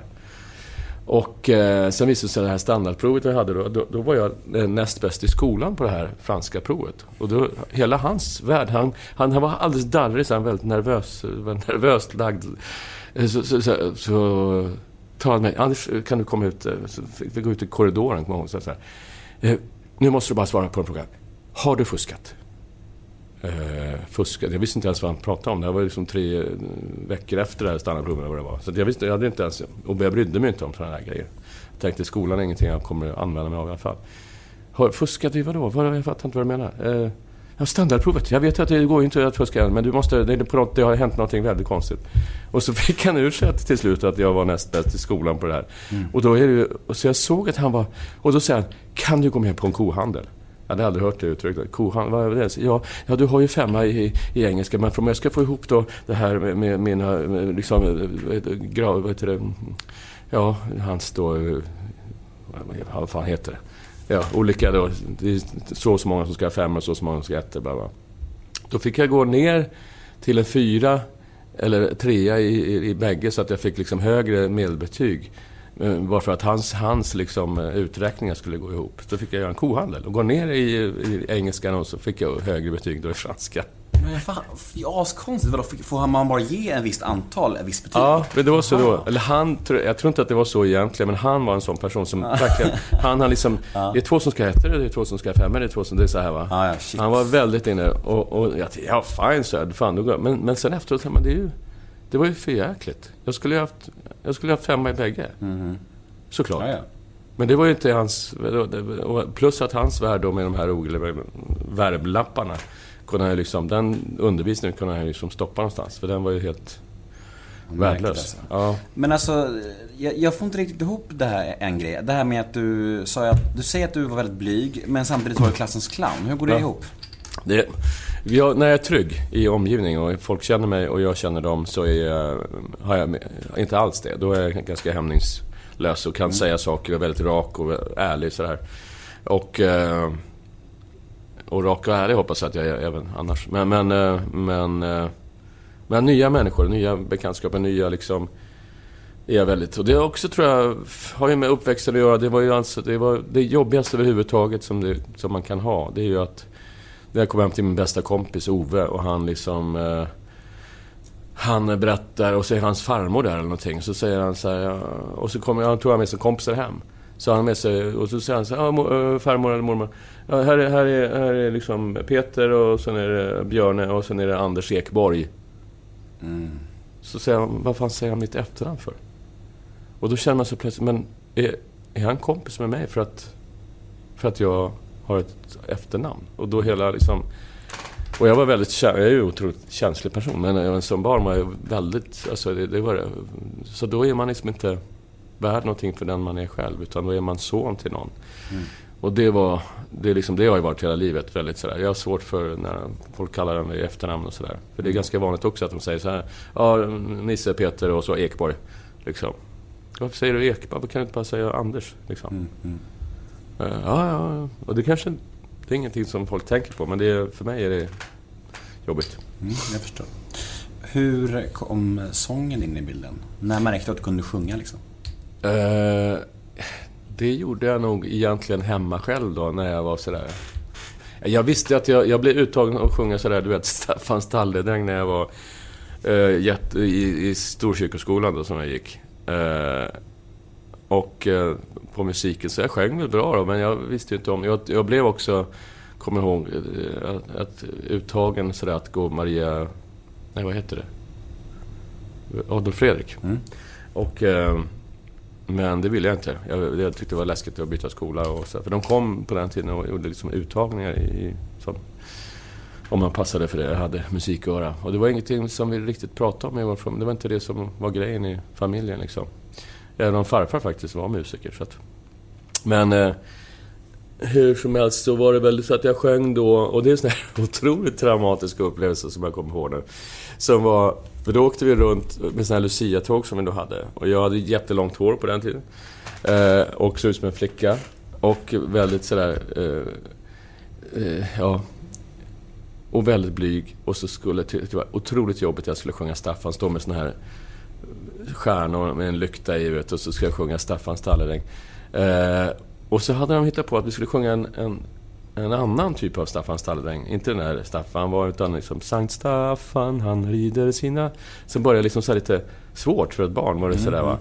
Och eh, sen visade sig det här standardprovet jag hade då, då, då var jag näst bäst i skolan på det här franska provet. Och då, hela hans värld, han, han, han var alldeles darrig, så han var väldigt nervös, var nervöst lagd. Så, så, så, så talade mig, Anders, kan du komma ut? Så fick vi gå ut i korridoren, kommer jag ihåg, så här. Eh, nu måste du bara svara på en fråga. Har du fuskat? Eh, fuskat? Jag visste inte ens vad han pratade om. Det var liksom tre veckor efter det här standardprovet vad det var. Så jag visste, jag hade inte ens, och jag brydde mig inte om sådana här grejer. Jag tänkte, skolan är ingenting jag kommer att använda mig av i alla fall. Har fuskat i vadå? Vad, jag fattar inte vad du menar. Eh, Ja, standardprovet. Jag vet att det går inte att fuska, men du måste, det, är på något, det har hänt någonting väldigt konstigt. Och så fick han ursäkt till slut att jag var näst bäst i skolan på det här. Mm. Och då är det ju, och så jag såg att han var, och då säger han, kan du gå med på en kohandel? Jag hade aldrig hört det uttrycket. Kohandel, vad är det? Ja, ja, du har ju femma i, i engelska, men om jag ska få ihop då det här med, med mina, med, liksom, grav, vad heter det? Ja, hans då, vad fan heter det? Ja, olika då. Det är så och så många som ska ha fem och så och så många som ska ha ett. Bla bla. Då fick jag gå ner till en fyra eller trea i, i, i bägge så att jag fick liksom högre medelbetyg. Bara för att hans, hans liksom, uträkningar skulle gå ihop. Då fick jag göra en kohandel och gå ner i, i engelskan och så fick jag högre betyg då i franska. Men fan, det är askonstigt. Vadå, får man bara ge en visst antal, en viss betyg? Ja, men det var så då. Eller han, jag tror inte att det var så egentligen, men han var en sån person som verkligen, han har liksom, ja. Det är två som ska äta det, det är två som ska femma, det är två som, det är så här va. Ja, ja, han var väldigt inne och, och jag tänkte, ja fine så här, fan, då, men, men sen efteråt, men det är ju, det var ju för jäkligt. Jag skulle ju haft, jag skulle haft femma i bägge. Mm. Såklart. Ja, ja. Men det var ju inte hans, plus att hans värld då med de här olika verblapparna kunde jag liksom, den undervisningen kunde jag liksom stoppa någonstans, för den var ju helt värdelös. Alltså. Ja. Men alltså, jag, jag får inte riktigt ihop det här en grej. Det här med att du sa att du säger att du var väldigt blyg, men samtidigt var du klassens clown. Hur går det ja. ihop? Det, jag, när jag är trygg i omgivning och folk känner mig och jag känner dem, så är jag, har jag inte alls det. Då är jag ganska hämningslös och kan mm. säga saker och är väldigt rak och ärlig sådär. Och eh, och rak och ärlig hoppas jag att jag är även annars. Men, men, men, men nya människor, nya bekantskaper, nya liksom är jag väldigt. Och det också tror jag har ju med uppväxten att göra. Det var ju alltså, det var det jobbigaste överhuvudtaget som, det, som man kan ha. Det är ju att när jag kom hem till min bästa kompis Ove och han liksom eh, han berättar och så är hans farmor där eller någonting. Så säger han så här, ja, och så kommer jag, han tror jag med som kompisar hem. Så han med sig, och så säger han så här, ah, farmor eller mormor, ja, här, är, här, är, här är liksom Peter, och sen är det Björne, och sen är det Anders Ekborg. Mm. Så säger han, vad fan säger han mitt efternamn för? Och då känner man så plötsligt, men är, är han kompis med mig för att, för att jag har ett efternamn? Och då hela liksom, och jag var väldigt, jag är ju en otroligt känslig person, men som barn var jag väldigt, alltså det, det var, så då är man liksom inte värd någonting för den man är själv, utan då är man son till någon. Mm. Och det var, det, är liksom, det har ju varit hela livet väldigt sådär. Jag har svårt för när folk kallar den i efternamn och sådär. För det är ganska vanligt också att de säger så här, ja, Nisse, Peter och så Ekborg. Liksom. Varför säger du Ekborg? Varför kan du inte bara säga Anders? Liksom. Mm, mm. Uh, ja, ja, och det kanske, det är ingenting som folk tänker på, men det är, för mig är det jobbigt. Mm, jag förstår. Hur kom sången in i bilden? När märkte du att du kunde sjunga liksom? Uh, det gjorde jag nog egentligen hemma själv då, när jag var sådär. Jag visste att jag, jag blev uttagen att sjunga sådär, du vet, Staffan Stalledräng när jag var uh, jätte, i, i Storkyrkoskolan då, som jag gick. Uh, och uh, på musiken, så jag sjöng väl bra då, men jag visste ju inte om, jag, jag blev också, kommer ihåg, uh, att, att uttagen sådär att gå Maria, nej vad heter det? Adolf Fredrik. Mm. Och uh, men det ville jag inte. Jag, jag tyckte det var läskigt att byta skola och så. För de kom på den tiden och gjorde liksom uttagningar i, som, om man passade för det. Jag hade musiköra. Och det var ingenting som vi riktigt pratade om. Det var inte det som var grejen i familjen liksom. Även om farfar faktiskt var musiker. Så att. Men eh, hur som helst så var det väl så att jag sjöng då. Och det är en sån här otroligt traumatisk upplevelse som jag kommer ihåg nu. Som var, för då åkte vi runt med såna här Lucia-tåg som vi då hade. Och jag hade jättelångt hår på den tiden. Eh, och så ut som en flicka. Och väldigt sådär, eh, eh, ja. Och väldigt blyg. Och så skulle det vara otroligt jobbigt. Jag skulle sjunga Staffan, stå med såna här stjärnor med en lykta i, vet, och så skulle jag sjunga Staffan Stalledräng. Eh, och så hade de hittat på att vi skulle sjunga en, en en annan typ av Staffan Stalledräng. Inte den här Staffan var, utan liksom Sankt Staffan, han rider sina. Sen började liksom så här lite svårt för ett barn, var det mm. sådär va.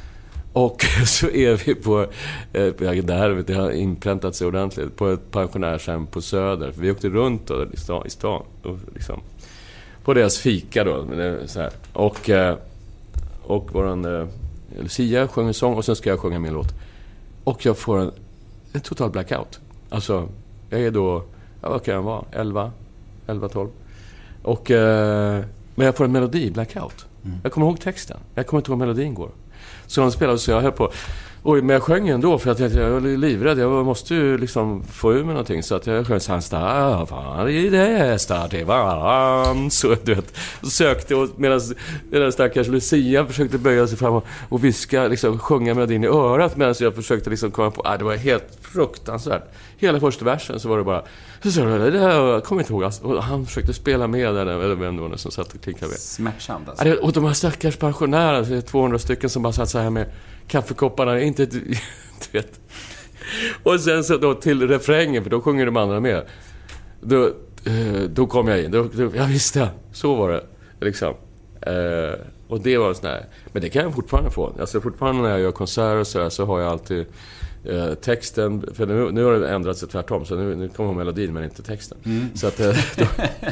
Och så är vi på, eh, där vet jag, har inpräntat sig ordentligt, på ett pensionärshem på Söder. För vi åkte runt då, i stan, i stan och liksom, på deras fika då. Så här. Och, eh, och våran eh, Lucia sjöng en sång, och sen ska jag sjunga min låt. Och jag får en, en total blackout. Alltså, jag är då, ja, vad kan jag vara? elva, elva, tolv. Och, eh, men jag får en melodi, blackout. Mm. Jag kommer ihåg texten. Jag kommer inte ihåg melodin går. Så de spelade, så jag höll på. Oj, men jag sjöng ändå för att jag, jag var livrädd. Jag måste ju liksom få ur mig någonting. Så att jag sjöng så här, Staffan i det Stadivan. Så du vet, och sökte, och medan den stackars Lucia försökte böja sig fram och, och viska, liksom sjunga melodin i örat, medan jag försökte liksom komma på, ah, det var helt fruktansvärt. Hela första versen så var det bara, så det här, jag kommer inte ihåg, alltså, och han försökte spela med där, eller vem det var som satt och klickade med. Smärtsamt alltså. Och de här stackars pensionärer, tvåhundra stycken som bara satt så här med kaffekopparna, inte, du vet. Och sen så då till refrängen, för då sjunger de andra med. Då, då kom jag in, då, då, jag visste, så var det liksom. Eh, och det var sån här, men det kan jag fortfarande få. Alltså fortfarande när jag gör konserter och så där, så har jag alltid eh, texten, för nu, nu har det ändrat sig tvärtom, så nu, nu kommer jag melodin men inte texten. Mm. Så att eh, då,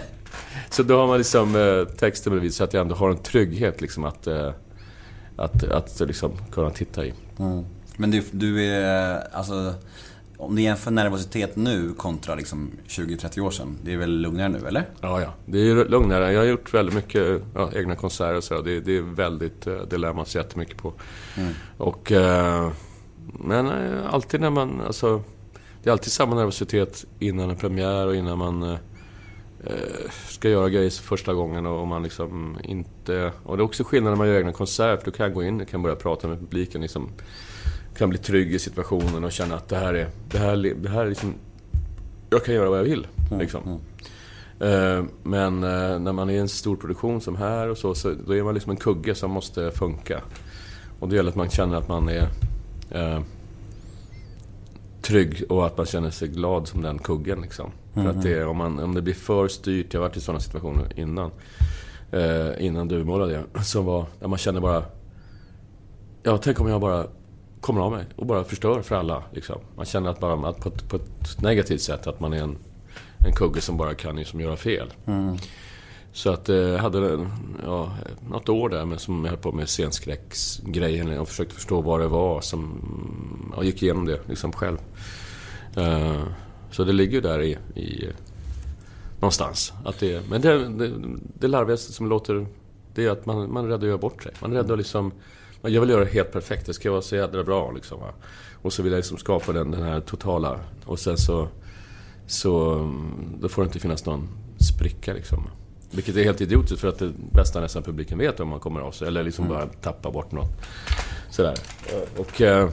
så då har man liksom eh, texten bredvid, så att jag ändå har en trygghet liksom att eh, att, att liksom kunna titta i. Mm. Men du, du är, alltså, om du jämför nervositet nu kontra liksom tjugo till trettio år sedan, det är väl lugnare nu, eller? Ja, ja. Det är lugnare. Jag har gjort väldigt mycket ja, egna konserter och så. Det, det är väldigt, det lär man sig jättemycket på. Mm. Och, eh, men eh, alltid när man, alltså, det är alltid samma nervositet innan en premiär och innan man eh, ska göra grejer första gången, och man liksom inte, och det är också skillnad när man gör egna konserter, för du kan gå in och kan börja prata med publiken, liksom, kan bli trygg i situationen och känna att det här är det här, det här är liksom, jag kan göra vad jag vill liksom. Mm, mm. Uh, men uh, när man är i en stor produktion som här och så, så då är man liksom en kugge som måste funka, och det gäller att man känner att man är uh, trygg, och att man känner sig glad som den kuggen liksom. Mm-hmm. För att det, om, man, om det blir för styrt, jag har varit i sådana situationer innan eh, innan du målade det, som var där man känner bara, ja, tänk om jag bara kommer av mig och bara förstör för alla. Liksom. Man känner att, bara, att på, ett, på ett negativt sätt att man är en, en kugge som bara kan liksom göra fel. Mm. Så att jag eh, hade ja, något år där men som jag höll på med scenskräcksgrejen och försökte förstå vad det var som jag gick igenom det liksom själv. Uh, så det ligger där i, i någonstans. Att det, men det, det, det larvigaste som låter det är att man, man är rädd att göra bort sig. Man är rädd att liksom, jag vill göra det helt perfekt, det ska vara så jävla bra liksom, va? Och så vill jag liksom skapa den, den här totala och sen så, så då får det inte finnas någon spricka liksom. Vilket är helt idiotiskt för att det bästa nästan publiken vet om man kommer av sig eller liksom mm. bara tappa bort något sådär. Och eh,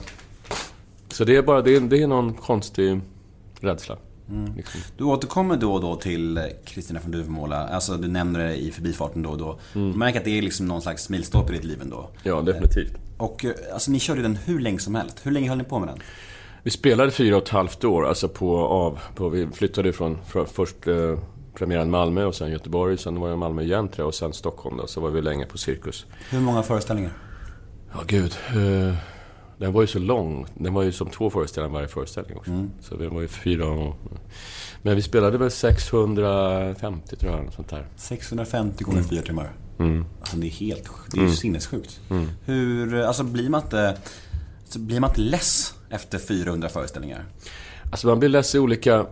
så det är bara det är, det är någon konstig rädsla. Mm. Liksom. Du återkommer då och då till Kristina från Duvemåla. Alltså du nämner det i förbifarten då och då. Mm. Du märker att det är liksom någon slags milstolpe i ditt liv ändå. Ja, definitivt. Och alltså ni körde den hur länge som helst. Hur länge höll ni på med den? Vi spelade fyra och ett halvt år. Alltså på av på, vi flyttade från, från först eh, premiären Malmö och sen Göteborg. Sen var det Malmö igen tror jag, och sen Stockholm då. Så var vi länge på Cirkus. Hur många föreställningar? Ja gud eh, den var ju så lång. Den var ju som två föreställningar varje föreställning också. Mm. Så det var ju fyra och... Men vi spelade väl sexhundrafemtio tror jag, något sånt där. sexhundrafemtio gånger fyra timmar. Mm. Alltså det är helt... Det är ju mm. sinnessjukt. Mm. Hur... Alltså blir man inte... Alltså, blir man inte less efter fyrahundra föreställningar? Alltså man blir less i olika...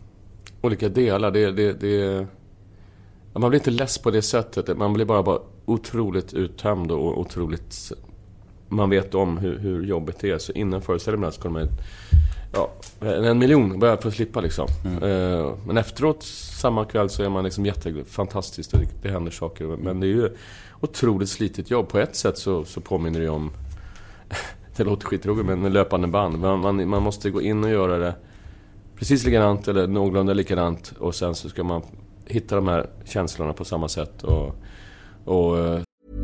Olika delar. Det, det, det... Man blir inte less på det sättet. Man blir bara, bara otroligt uttömd och otroligt... Man vet om hur, hur jobbigt det är. Så innan föreställningen så kommer man... Ja, en miljon börjar få slippa liksom. Mm. Uh, men efteråt, samma kväll så är man liksom jättefantastiskt och det händer saker. Men det är ju otroligt slitigt jobb. På ett sätt så, så påminner det om... det låter skitroligt, men en löpande band. Man, man, man måste gå in och göra det precis likadant eller någorlunda likadant. Och sen så ska man hitta de här känslorna på samma sätt. Och... och uh...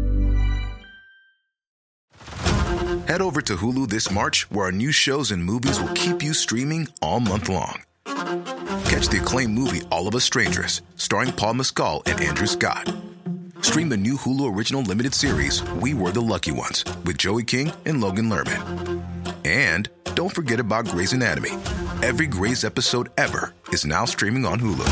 Head over to Hulu this March, where our new shows and movies will keep you streaming all month long. Catch the acclaimed movie All of Us Strangers, starring Paul Mescal and Andrew Scott. Stream the new Hulu original limited series We Were the Lucky Ones with Joey King and Logan Lerman. And don't forget about Grey's Anatomy. Every Grey's episode ever is now streaming on Hulu.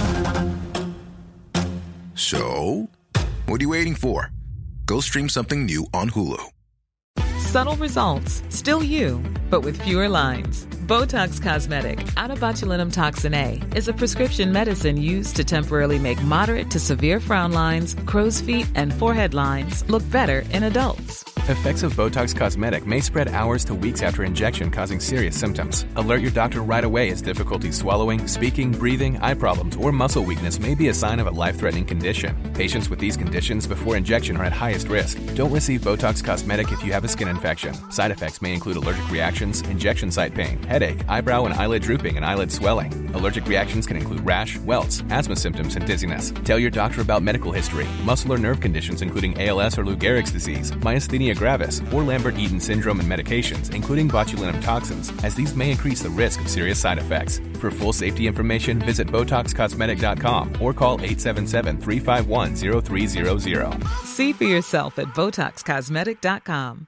So, what are you waiting for? Go stream something new on Hulu. Subtle results, still you, but with fewer lines. Botox Cosmetic, out of botulinum toxin A, is a prescription medicine used to temporarily make moderate to severe frown lines, crow's feet, and forehead lines look better in adults. Effects of Botox Cosmetic may spread hours to weeks after injection, causing serious symptoms. Alert your doctor right away as difficulty swallowing, speaking, breathing, eye problems, or muscle weakness may be a sign of a life-threatening condition. Patients with these conditions before injection are at highest risk. Don't receive Botox Cosmetic if you have a skin infection. Side effects may include allergic reactions, injection site pain, headache, eyebrow and eyelid drooping, and eyelid swelling. Allergic reactions can include rash, welts, asthma symptoms, and dizziness. Tell your doctor about medical history, muscle or nerve conditions including A L S or Lou Gehrig's disease, myasthenia gravis, or Lambert-Eaton syndrome and medications, including botulinum toxins, as these may increase the risk of serious side effects. For full safety information, visit Botox Cosmetic dot com or call eight seven seven, three five one, zero three zero zero. See for yourself at Botox Cosmetic dot com.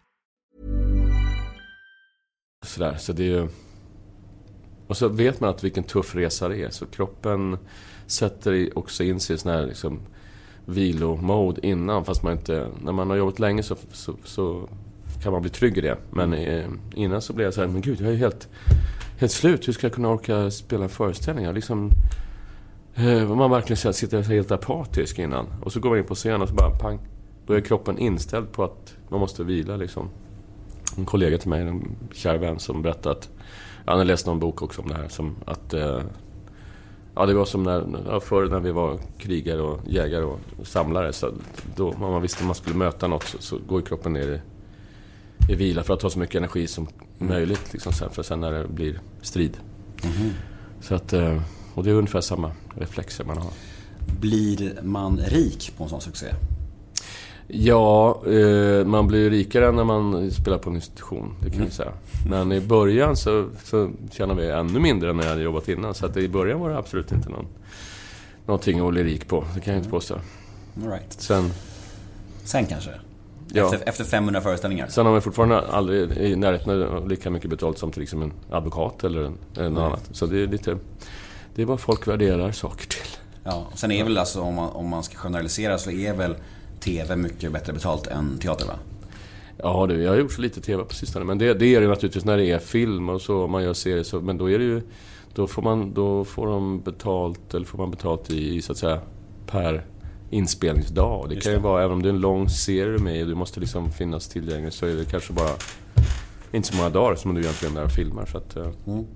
Sådär, så det är ju... Och så vet man att vilken tuff resa det är. Så kroppen sätter också in sig i sån här liksom vilomode innan. Fast man inte... När man har jobbat länge så, så, så kan man bli trygg i det. Men eh, innan så blir jag så här, men gud, jag är helt, helt slut. Hur ska jag kunna orka spela föreställningar? Liksom... Eh, man verkligen så här, sitter helt apatisk innan. Och så går man in på scenen och så bara pang. Då är kroppen inställd på att man måste vila liksom. En kollega till mig, en kär vän som berättade att han har läst någon bok också om det här som att eh, ja, det var som när, ja, förr när vi var krigare och jägare och samlare så då man visste att man skulle möta något så, så går kroppen ner i, i vila för att ta så mycket energi som möjligt liksom, sen, för sen när det blir strid. Mm-hmm. Så att, eh, och det är ungefär samma reflexer man har. Blir man rik på en sån succé? Ja, eh, man blir rikare när man spelar på en institution, det kan mm. jag säga. Men i början så, så tjänar vi ännu mindre än när jag hade jobbat innan. Så att i början var det absolut inte någon, någonting att bli rik på, det kan jag inte påstå. All right. Sen, Sen kanske? Ja. Efter, efter femhundra föreställningar. Sen har man fortfarande aldrig i närheten av lika mycket betalt som till exempel en advokat eller en, en annat. Så det är lite, det är vad folk värderar saker till. Ja, och sen är väl alltså, om man, om man ska generalisera, så är väl tv mycket bättre betalt än teater, va? Ja, det, jag har gjort så lite tv på sistone. Men det, det är det naturligtvis när det är film och så, man gör serier så, men då är det ju, då får man, då får de betalt, eller får man betalt i, i så att säga per inspelningsdag. Det Just kan ju det. vara, även om det är en lång serie med och du måste liksom finnas tillgänglig, så är det kanske bara inte så många dagar som du egentligen där filmar, så att mm.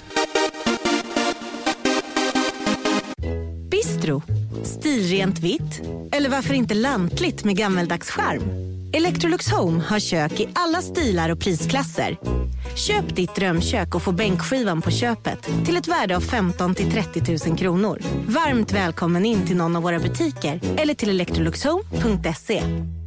Bistro, stilrent vitt, eller varför inte lantligt med gammeldags charm? Electrolux Home har kök i alla stilar och prisklasser. Köp ditt drömkök och få bänkskivan på köpet till ett värde av femton till trettio tusen kronor. Varmt välkommen in till någon av våra butiker eller till electrolux home punkt se.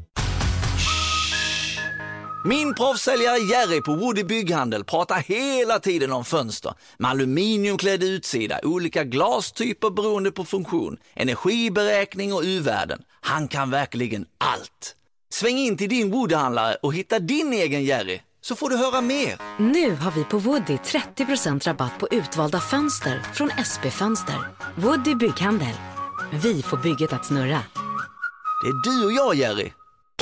Min proffssäljare Jerry på Woody Bygghandel pratar hela tiden om fönster med aluminiumklädd utsida, olika glastyper beroende på funktion, energiberäkning och U-värden. Han kan verkligen allt. Sväng in till din Woody-handlare och hitta din egen Jerry, så får du höra mer. Nu har vi på Woody trettio procent rabatt på utvalda fönster från S B Fönster. Woody Bygghandel. Vi får bygget att snurra. Det är du och jag, Jerry.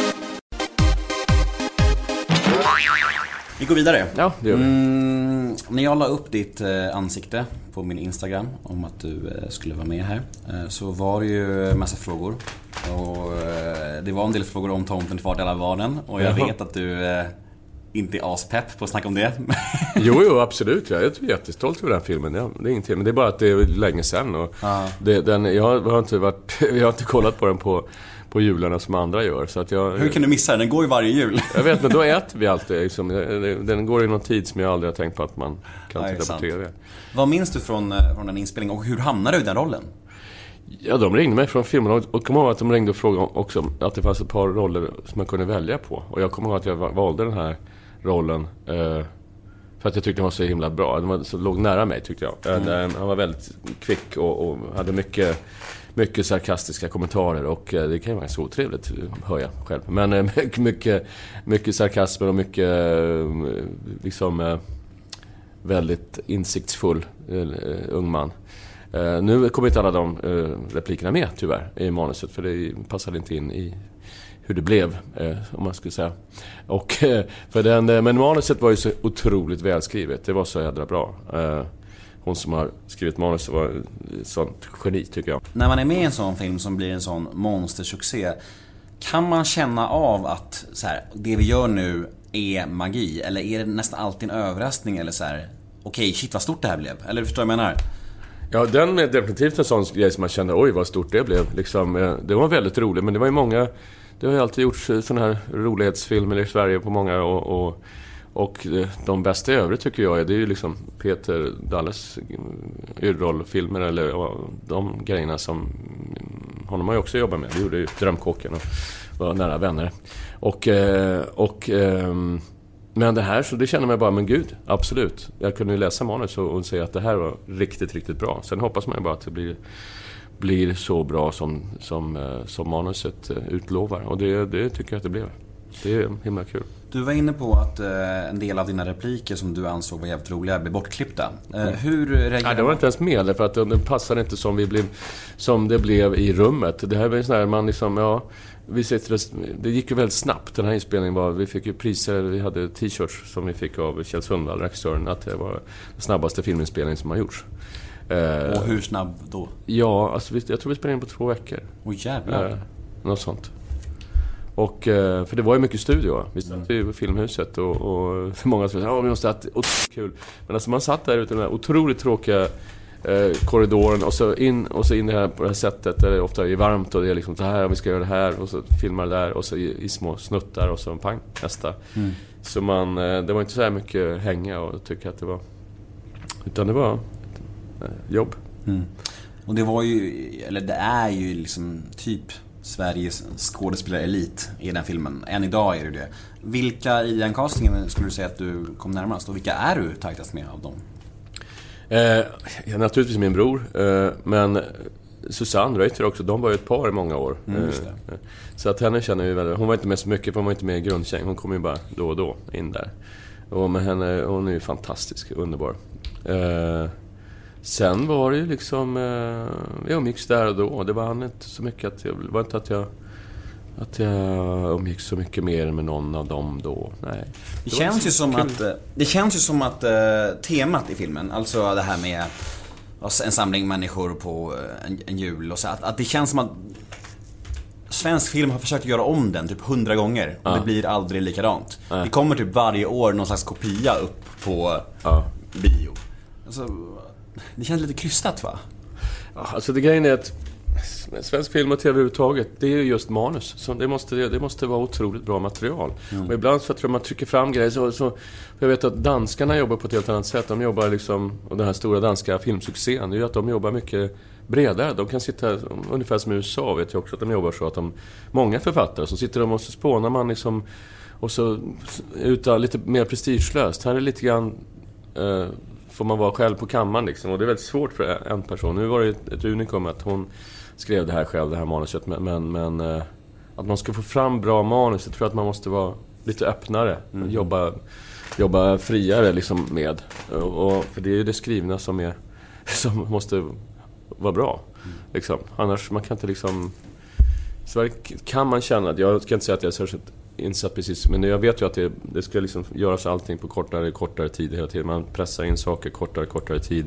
Vi går vidare. Ja, det gör vi. Mm, när jag la upp ditt eh, ansikte på min Instagram om att du eh, skulle vara med här, eh, så var det ju massa frågor. Och eh, det var en del frågor om Tomten fart alla barnen. Och jag Jaha. vet att du eh, inte är aspepp på att snacka om det. jo, jo, absolut. Jag är jättestolt över den filmen. Ja, det är ingenting. Men det är bara att det är länge sedan. Och det, den, jag, har, jag, har inte varit, jag har inte kollat på den på... på jularna som andra gör, så att jag... Hur kan du missa den? Den går ju varje jul. Jag vet, men då äter vi alltid liksom. Den går i någon tid som jag aldrig har tänkt på att man kan Nej, titta på tv. Vad minns du från, från den inspelningen och hur hamnade du i den rollen? Ja, de ringde mig från filmen och, och kom ihåg att de ringde och frågade också att det fanns ett par roller som man kunde välja på. Och jag kommer ihåg att jag valde den här rollen eh, för att jag tyckte den var så himla bra. Den var, så låg nära mig, tyckte jag. Mm. Han var väldigt kvick och, och hade mycket... mycket sarkastiska kommentarer, och eh, det kan ju vara så otrevligt, hör jag själv. Men eh, mycket, mycket sarkasm och mycket eh, liksom eh, väldigt insiktsfull eh, ung man. Eh, nu kommer inte alla de eh, replikerna med tyvärr i manuset, för det passade inte in i hur det blev, eh, om man skulle säga. Och, eh, för den, eh, men manuset var ju så otroligt välskrivet, det var så jädra bra. Eh, Hon som har skrivit manus var ett sånt geni, tycker jag. När man är med i en sån film som blir en sån monstersuccé, kan man känna av att så här, det vi gör nu är magi? Eller är det nästan alltid en överraskning? Eller så här, okej, shit vad stort det här blev? Eller förstår jag vad jag menar? Ja, den är definitivt en sån grej som man känner, oj vad stort det blev. Liksom, det var väldigt roligt, men det var ju många... Det har ju alltid gjorts såna här rolighetsfilmer i Sverige på många, och... och Och de bästa i övrigt tycker jag är, det är ju liksom Peter Dalles Yrrol-filmer, eller de grejerna som honom har ju också jobbat med. Det gjorde ju Drömkåken och var nära vänner. Och, och, men det här, så det känner man bara, men gud, absolut. Jag kunde ju läsa manus och, och säga att det här var riktigt, riktigt bra. Sen hoppas man ju bara att det blir, blir så bra som, som, som manuset utlovar. Och det, det tycker jag att det blev. Det är himla kul. Du var inne på att eh, en del av dina repliker som du ansåg var jävligt roliga blev bortklippta. Eh, mm. Hur reagerade Nej, det var inte ens med, för att den passade inte som, vi blev, som det blev i rummet. Det här var ju sån här, man liksom, ja, vi sitter, det gick ju väldigt snabbt. Den här inspelningen var, vi fick ju priser, vi hade t-shirts som vi fick av Kjell Sundvall, regissören, att det var den snabbaste filminspelningen som har gjorts. Eh, Och hur snabb då? Ja, alltså, jag tror vi spelade in på två veckor. Åh jävlar. Eh, något sånt. Och, för det var ju mycket studio. Vi satt ju i filmhuset och, och många sa, ja, vi måste ha ett kul. Men alltså man satt där ute i den här otroligt tråkiga eh, korridoren och så in och så in det här på det här sättet där det ofta är varmt och det är liksom så här, vi ska göra det här, och så filmar det där och så i, i små snuttar och så pang, nästa. Mm. Så man, det var inte så här mycket hänga och tycka att det var, utan det var ett, jobb. Mm. Och det var ju, eller det är ju liksom typ Sveriges skådespelarelit i den filmen. Än idag är det det. Vilka i den castingen skulle du säga att du kom närmast? Och vilka är du tajtast med av dem? Eh, ja, naturligtvis min bror. Eh, men Susanne Reuter också, de var ju ett par i många år. Mm, just det. Så att henne känner vi väl. Hon var inte med så mycket, för hon var inte med i grundkäng. Hon kom ju bara då och då in där. Och med henne, hon är ju fantastisk, underbar. Eh, sen var det ju liksom eh, jag umgicks där och då. Det var inte så mycket att jag, det var inte att jag att jag umgicks så mycket mer med någon av dem då. Nej. Det, det känns ju som att det känns ju som att uh, temat i filmen, alltså det här med alltså, en samling människor på en, en jul och så att, att det känns som att svensk film har försökt göra om den typ hundra gånger och ja. det blir aldrig likadant. Ja. Det kommer typ varje år någon slags kopia upp på ja. bio. Alltså, det känns lite krystat, va? Ja, alltså det grejen är att svensk film och tv överhuvudtaget, det är ju just manus. Så det måste, det måste vara otroligt bra material. Mm. Och ibland så tror jag man trycker fram grejer så, så jag vet att danskarna jobbar på ett helt annat sätt. De jobbar liksom, och den här stora danska filmsuccén, det är ju att de jobbar mycket bredare. De kan sitta ungefär som i U S A, vet jag också, att de jobbar så att de, många författare, så sitter de och så spånar man liksom, och så utan lite mer prestigelöst. Här är lite grann eh, får man vara själv på kammaren liksom, och det är väldigt svårt för en person. Nu var det ett, ett unikum att hon skrev det här själv, det här manuset, men, men, men eh, att man ska få fram bra manus, jag tror att man måste vara lite öppnare, mm. jobba, jobba friare liksom med, och, och, för det är ju det skrivna som är som måste vara bra mm. liksom. Annars man kan inte liksom, så kan man känna att, jag ska inte säga att jag är särskilt insatt precis, men jag vet ju att det, det ska liksom göras allting på kortare kortare tid hela tiden, man pressar in saker kortare kortare tid.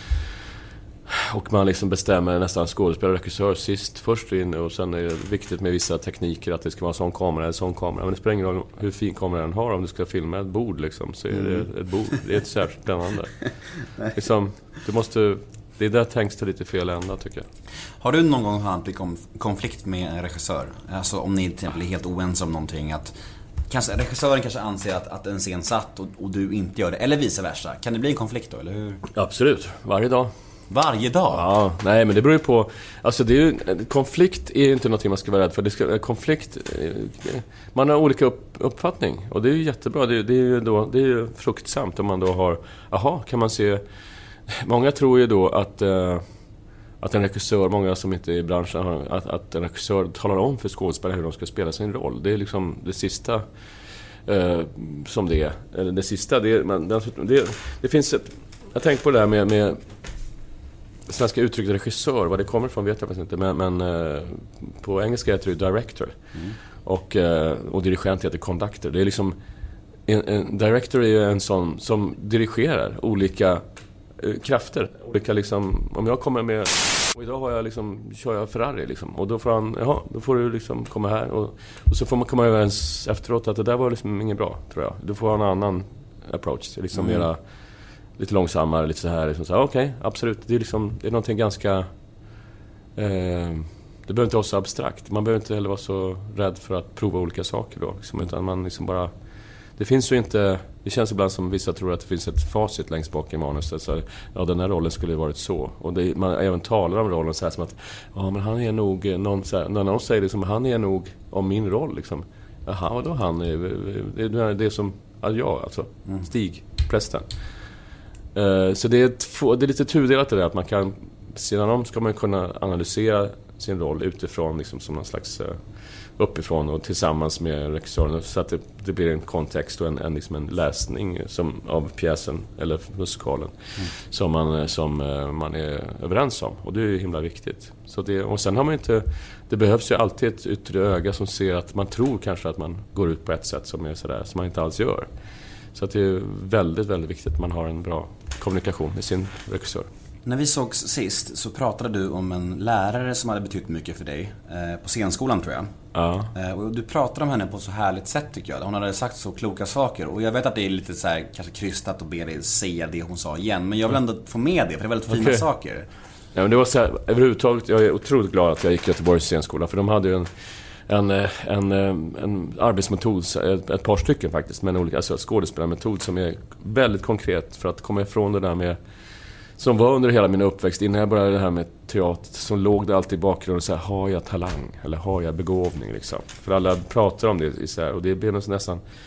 Och man liksom bestämmer nästan skådespelare och regissör sist, först in, och sen är det viktigt med vissa tekniker att det ska vara en sån kamera eller sån kamera. Men det spelar ingen roll hur fin kamera den har, om du ska filma ett bord liksom, så är det mm. ett bord. Det är ett särskilt spännande. liksom, du måste, det är där tänks det lite fel ända, tycker jag. Har du någon gång haft en konflikt med en regissör? Alltså om ni till exempel är helt oense om någonting, att kanske, regissören kanske anser att, att en scen satt och, och du inte gör det, eller vice versa. Kan det bli en konflikt då, eller hur? Absolut, varje dag. Varje dag? Ja, nej, men det beror ju på. Alltså det är ju, konflikt är ju inte något man ska vara rädd för. Det ska, konflikt, man har olika upp, uppfattning, och det är ju jättebra. Det, det är ju då, det är ju fruktsamt om man då har, aha, kan man se. Många tror ju då att uh, att en regissör, många som inte är i branschen har, att, att en regissör talar om för skådespelare hur de ska spela sin roll. Det är liksom det sista uh, som det är. Eller det sista, det, är, man, det, det, det finns ett, jag tänkte på det där med, med svenska uttrycket regissör, vad det kommer ifrån vet jag faktiskt inte, men, men uh, på engelska heter det director. Mm. och, uh, och dirigent heter conductor. Det är liksom en, en director är ju en sån som dirigerar olika uh, krafter, olika liksom, om jag kommer med, och idag har jag liksom, kör jag Ferrari liksom, och då får han, jaha, då får du liksom komma här, och, och så får man komma överens efteråt att det där var liksom inget bra, tror jag. Du får ha en annan approach, liksom mm. mera lite långsammare, lite så här, liksom så här, okej, okay, absolut. Det är liksom, det är någonting ganska eh, det behöver inte vara så abstrakt. Man behöver inte heller vara så rädd för att prova olika saker då, liksom, utan man liksom bara, det finns ju inte, det känns ibland som vissa tror att det finns ett facit längst bak i manuset, så ja, den här rollen skulle ju varit så, och det, man även talar om rollen så här som att ja, men han är nog någon så här, när någon säger liksom, han är nog om min roll liksom, jaha, vadå han är det, det, det är som ja, jag alltså, Stig, prästen. Uh, så det är, ett, det är lite tudelat det där, att man kan, sedan om ska man kunna analysera sin roll utifrån liksom, som någon slags uh, uppifrån och tillsammans med regissören, så att det, det blir en kontext och en, en, liksom en läsning som, av pjäsen eller musikalen mm. som, man, som uh, man är överens om, och det är ju himla viktigt. Så det, och sen har man inte, det behövs ju alltid ett yttre öga som ser att man tror kanske att man går ut på ett sätt som är sådär, som man inte alls gör. Så att det är väldigt, väldigt viktigt att man har en bra kommunikation med sin regissör. När vi sågs sist så pratade du om en lärare som hade betytt mycket för dig eh, på scenskolan, tror jag. Ja. Eh, och du pratade om henne på så härligt sätt, tycker jag. Hon hade sagt så kloka saker, och jag vet att det är lite så här, kanske krystat att be dig säga det hon sa igen, men jag vill ändå få med det, för det är väldigt fina okay. saker. Ja, men det var så här, överhuvudtaget, jag är otroligt glad att jag gick i Göteborgs scenskola, för de hade ju en En, en, en arbetsmetod, ett, ett par stycken faktiskt, men olika, alltså skådespelarmetod som är väldigt konkret för att komma ifrån det där med, som var under hela min uppväxt, innan jag började det här med teater, som låg det alltid i bakgrunden så här, har jag talang eller har jag begåvning liksom, för alla pratar om det så här, och det blir nästan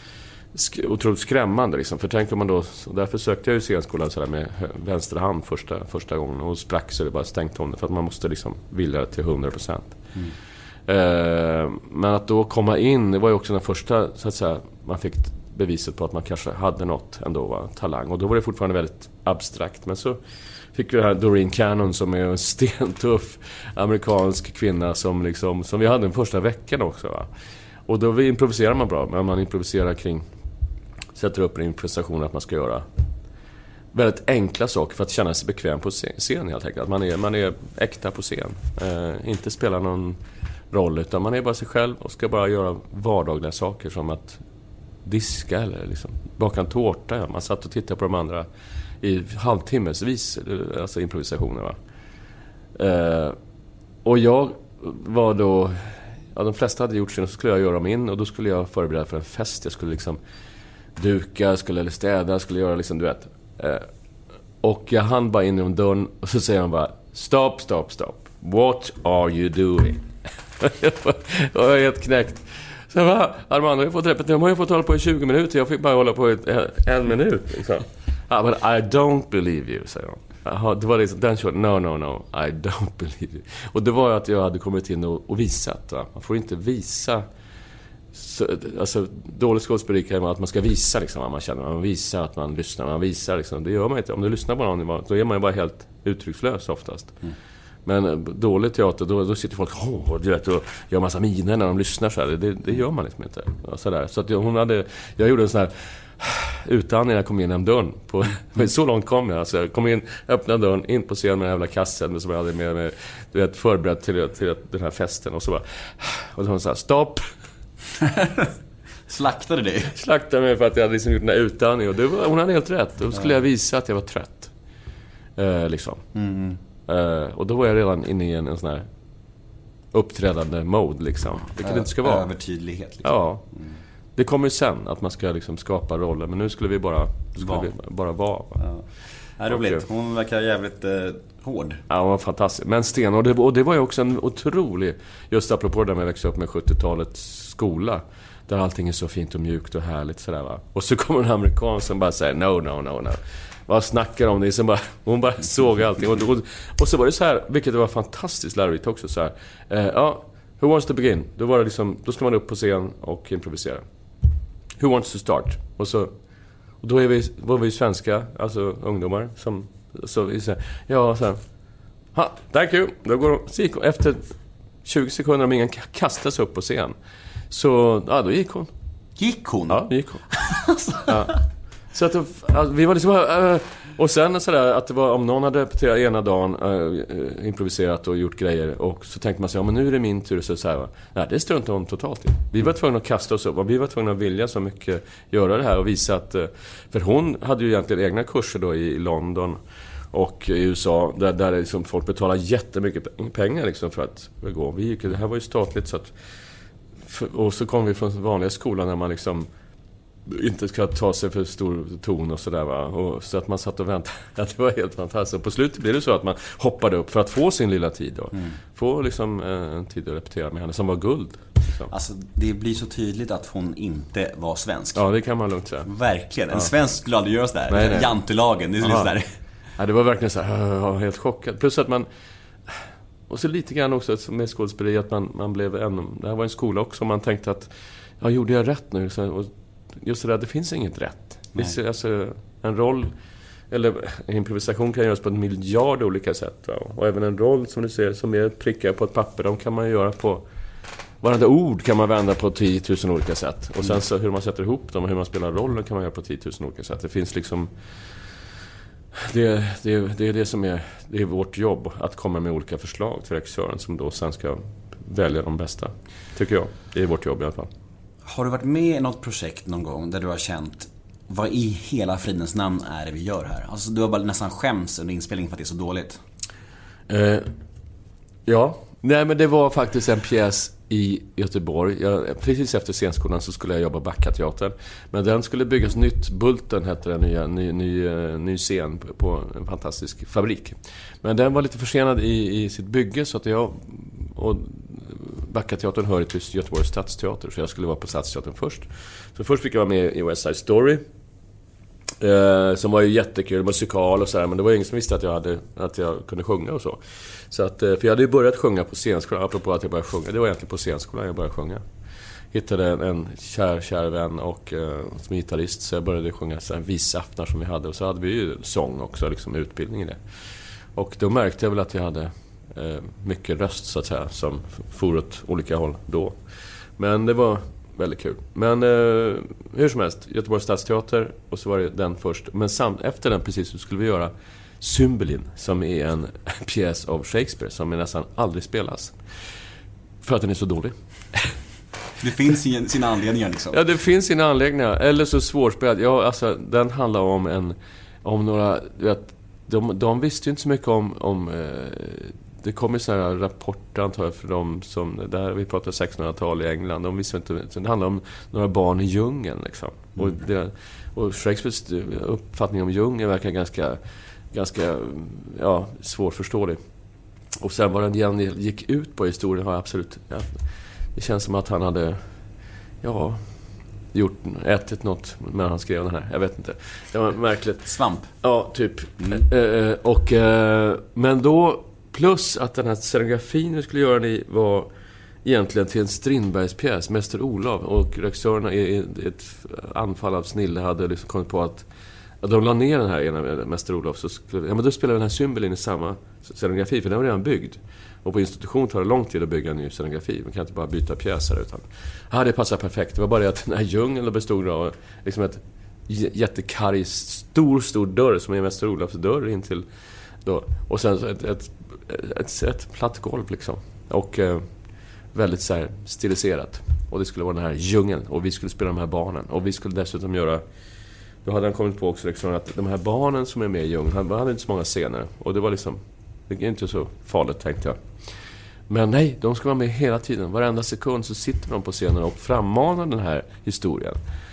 sk- otroligt skrämmande liksom. För tänker man då, så därför sökte jag ju scenskolan så där med vänster hand första, första gången och sprack så det bara stängt om det för att man måste liksom vilja det till hundra procent. Mm. Eh, men att då komma in, det var ju också den första så att säga, man fick beviset på att man kanske hade något ändå, va, talang. Och då var det fortfarande väldigt abstrakt. Men så fick vi det här Doreen Cannon som är en stentuff amerikansk kvinna som, liksom, som vi hade den första veckan också. Va? Och då improviserar man bra, men man improviserar kring, sätter upp en improvisation att man ska göra väldigt enkla saker för att känna sig bekväm på scen helt enkelt. Att man är, man är äkta på scen. Eh, inte spela någon roll utan man är bara sig själv och ska bara göra vardagliga saker som att diska eller liksom baka en tårta. Ja. Man satt och tittade på de andra i halvtimmesvis, alltså improvisationer. Va? Eh, och jag var då, ja, de flesta hade gjort sin och så skulle jag göra dem in och då skulle jag förbereda för en fest. Jag skulle liksom duka, skulle eller städa, skulle göra liksom, du vet. Eh, och jag hann bara in genom dörren och så säger han bara stop, stop, stop. What are you doing? Jag var helt knäckt. Så jag bara, Armando, jag har fått repetera. Jag har ju fått hålla på i tjugo minuter. Jag fick bara hålla på ett, en minut. Liksom. Ah, but I don't believe you, säger han. Aha, det var liksom den short. No, no, no. I don't believe you. Och det var att jag hade kommit in och, och visat. Va? Man får inte visa. Så, alltså, dålig skådespeleri kan vara att man ska visa liksom, vad man känner. Man visar att man lyssnar. Man visar liksom. Det gör man inte. Om du lyssnar på någon, då är man ju bara helt uttryckslös oftast. Mm. Men dålig teater, då, då sitter folk oh, du vet, och gör massa miner när de lyssnar så här. Det, det gör man liksom inte. Så, där. Så att jag, hon hade, jag gjorde en sån här utan när jag kom in genom dörren. På, så långt kom jag. Alltså, jag kom in, öppnade dörren, in på scenen med den jävla kassen som jag hade med mig, du vet, förberett till, till den här festen. Och så bara, och så hon sa stopp. Slaktade dig? Slaktade mig för att jag hade liksom gjort den här utandningen. Och det var, hon hade helt rätt. Då skulle jag visa att jag var trött. Eh, liksom. Mm. Uh, och då var jag redan inne i en, en sån här uppträdande mode liksom. Vilket det inte ska vara. Övertydlighet liksom. Ja. Mm. Det kommer ju sen att man ska liksom skapa roller. Men nu skulle vi bara skulle Va. vi bara vara. Ja. Ja, roligt. Hon verkar jävligt eh, hård. Ja, hon var fantastisk. Men sten, och det, och det var ju också en otrolig, just apropå det där med att växa upp med sjuttiotalets skola. Där allting är så fint och mjukt och härligt sådär, va. Och så kommer en amerikan som bara säger no, no, no, no. Vad snackar om det? Sen bara, hon bara såg allting. Och, och, och så var det så här, vilket var fantastiskt lärorikt också så här. Eh, ja, who wants to begin? Då var det liksom, då ska man upp på scen och improvisera. Who wants to start? Och så och då är vi var vi svenska, alltså ungdomar som så vi säger ja så här. Ha, thank you. Då går de, efter tjugo sekunder om ingen kastas upp på scen. Så ja, då gick hon. Gick hon? Ja, gick hon. Ja. Så att alltså, vi var liksom äh, och sen så där att det var om någon hade repeterat ena dagen äh, improviserat och gjort grejer och så tänkte man sig ja men nu är det min tur så så här. Nej, det struntade om totalt. Vi var tvungna att kasta oss upp och vi var tvungna att vilja så mycket göra det här och visa att för hon hade ju egentligen egna kurser då i London och i U S A där där liksom folk betalar jättemycket pengar liksom för att gå. Vi gick det här var ju statligt så att för, och så kom vi från vanliga skolan där man liksom inte ska ta sig för stor ton och sådär, va. Och så att man satt och väntade. Ja, det var helt fantastiskt. Och på slutet blev det så att man hoppade upp för att få sin lilla tid då. Mm. Få liksom en tid att repetera med henne som var guld. Liksom. Alltså det blir så tydligt att hon inte var svensk. Ja, det kan man lugnt säga. Verkligen. En ja. Svensk skulle aldrig göra sådär. Nej, nej. Jantelagen, det är sådär. Ja, det var verkligen så här, jag var helt chockad. Plus att man och så lite grann också med skådespeleri att man, man blev ännu, det här var en skola också och man tänkte att ja, gjorde jag rätt nu? Så, och just det där, det finns inget rätt. Det, alltså, en roll eller en improvisation kan göras på en miljard olika sätt. Va? Och även en roll som du ser som är prickar på ett papper, de kan man göra på varenda ord kan man vända på tiotusen olika sätt. Och sen så hur man sätter ihop dem och hur man spelar rollen kan man göra på tiotusen olika sätt. Det finns liksom det, det, det är det som är, det är vårt jobb att komma med olika förslag till regissören som då sen ska välja de bästa. Tycker jag. Det är vårt jobb i alla fall. Har du varit med i något projekt någon gång där du har känt vad i hela fridens namn är det vi gör här? Alltså du har bara nästan skäms under inspelningen för att det är så dåligt. Eh, ja, nej men det var faktiskt en pjäs i Göteborg. Jag, precis efter scenskolan så skulle jag jobba Backateatern. Men den skulle byggas nytt. Bulten hette den nya, ny, ny, ny scen på, på en fantastisk fabrik. Men den var lite försenad i, i sitt bygge så att jag och Backateatern hör till Göteborgs stadsteater, så jag skulle vara på Stadsteatern först. Så först fick jag vara med i West Side Story. Eh, som var ju jättekul, musikal och sådär, men det var ingen som visste att jag, hade, att jag kunde sjunga och så. Så att, för jag hade ju börjat sjunga på scenskolan, apropå att jag började sjunga. Det var egentligen på scenskolan jag började sjunga. Hittade en, en kär, kär vän och, eh, som gitarrist, så jag började sjunga så här visaftnar som vi hade. Och så hade vi ju sång också, liksom utbildning i det. Och då märkte jag väl att jag hade eh, mycket röst så att säga, som for åt olika håll då. Men det var väldigt kul. Men eh, hur som helst, Göteborgs stadsteater, och så var det den först. Men samt, efter den precis så skulle vi göra Cymbeline, som är en pjäs av Shakespeare som nästan aldrig spelas. För att den är så dålig. Det finns sina anledningar liksom. Ja, det finns sina anledningar. Eller så svårspelad. Ja, alltså, den handlar om en... Om några... Vet, de, de visste ju inte så mycket om... om eh, det kom ju sådana här rapporter, antar jag, för dem som... Där vi pratar sextonhundratal i England. De visste inte... Så det handlar om några barn i djungeln, liksom. Mm. Och, det, och Shakespeares uppfattning om djungeln verkar ganska... Ganska, ja, svårförståelig. Och sen vad den gick ut på historien har jag absolut... Ja, det känns som att han hade, ja, gjort, ätit något när han skrev den här. Jag vet inte. Det var märkligt. Svamp. Ja, typ. Mm. Eh, och, eh, men då, plus att den här scenografin vi skulle göra i var egentligen till en Strindbergs pjäs, Mäster Olof. Och regissörerna i ett anfall av snille hade liksom kommit på att, att de la ner den här ena Mäster Olof. Så skulle, ja, men då spelade den här Cymbeline i samma scenografi, för den var redan byggd. Och på institution tar det lång tid att bygga en ny scenografi. Man kan inte bara byta pjäser, utan ja, det passar perfekt. Det var bara det att den här djungeln bestod av liksom ett jättekarg, stor, stor dörr som är Mäster Olofs dörr in till då. Och sen ett, ett, ett, ett platt golv liksom. Och eh, väldigt så här stiliserat. Och det skulle vara den här djungeln. Och vi skulle spela de här barnen. Och vi skulle dessutom göra... Då hade han kommit på också liksom, att de här barnen som är med i djungeln, han hade inte så många scener. Och det var liksom... Det är inte så farligt, tänkte jag. Men nej, de ska vara med hela tiden. Varenda sekund så sitter de på scenen och frammanar den här historien.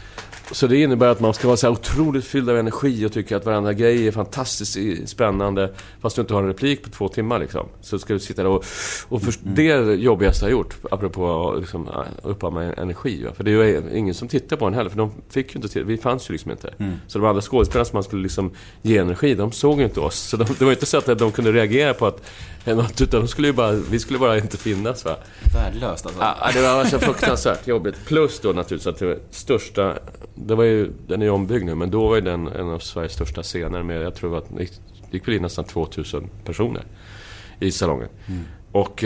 Så det innebär att man ska vara så otroligt fylld av energi och tycka att varenda grej är fantastiskt spännande, fast du inte har en replik på två timmar liksom. Så ska du sitta där och, och för, det är det jobbigaste jag har gjort, apropå liksom, uppa med energi. Va? För det är ju ingen som tittar på den heller, för de fick ju inte till, vi fanns ju liksom inte. Mm. Så de andra skådespelarna som man skulle liksom ge energi, de såg ju inte oss. Så de, det var inte så att de kunde reagera på att utan de skulle ju bara, vi skulle bara inte finnas, va? Värdelöst alltså. Ja, det var så fruktansvärt jobbigt. Plus då naturligtvis att det största, det var ju, den är ombyggd nu, men då var ju den en av Sveriges största scener med, jag tror att det gick väl in nästan tvåtusen personer i salongen. Mm. Och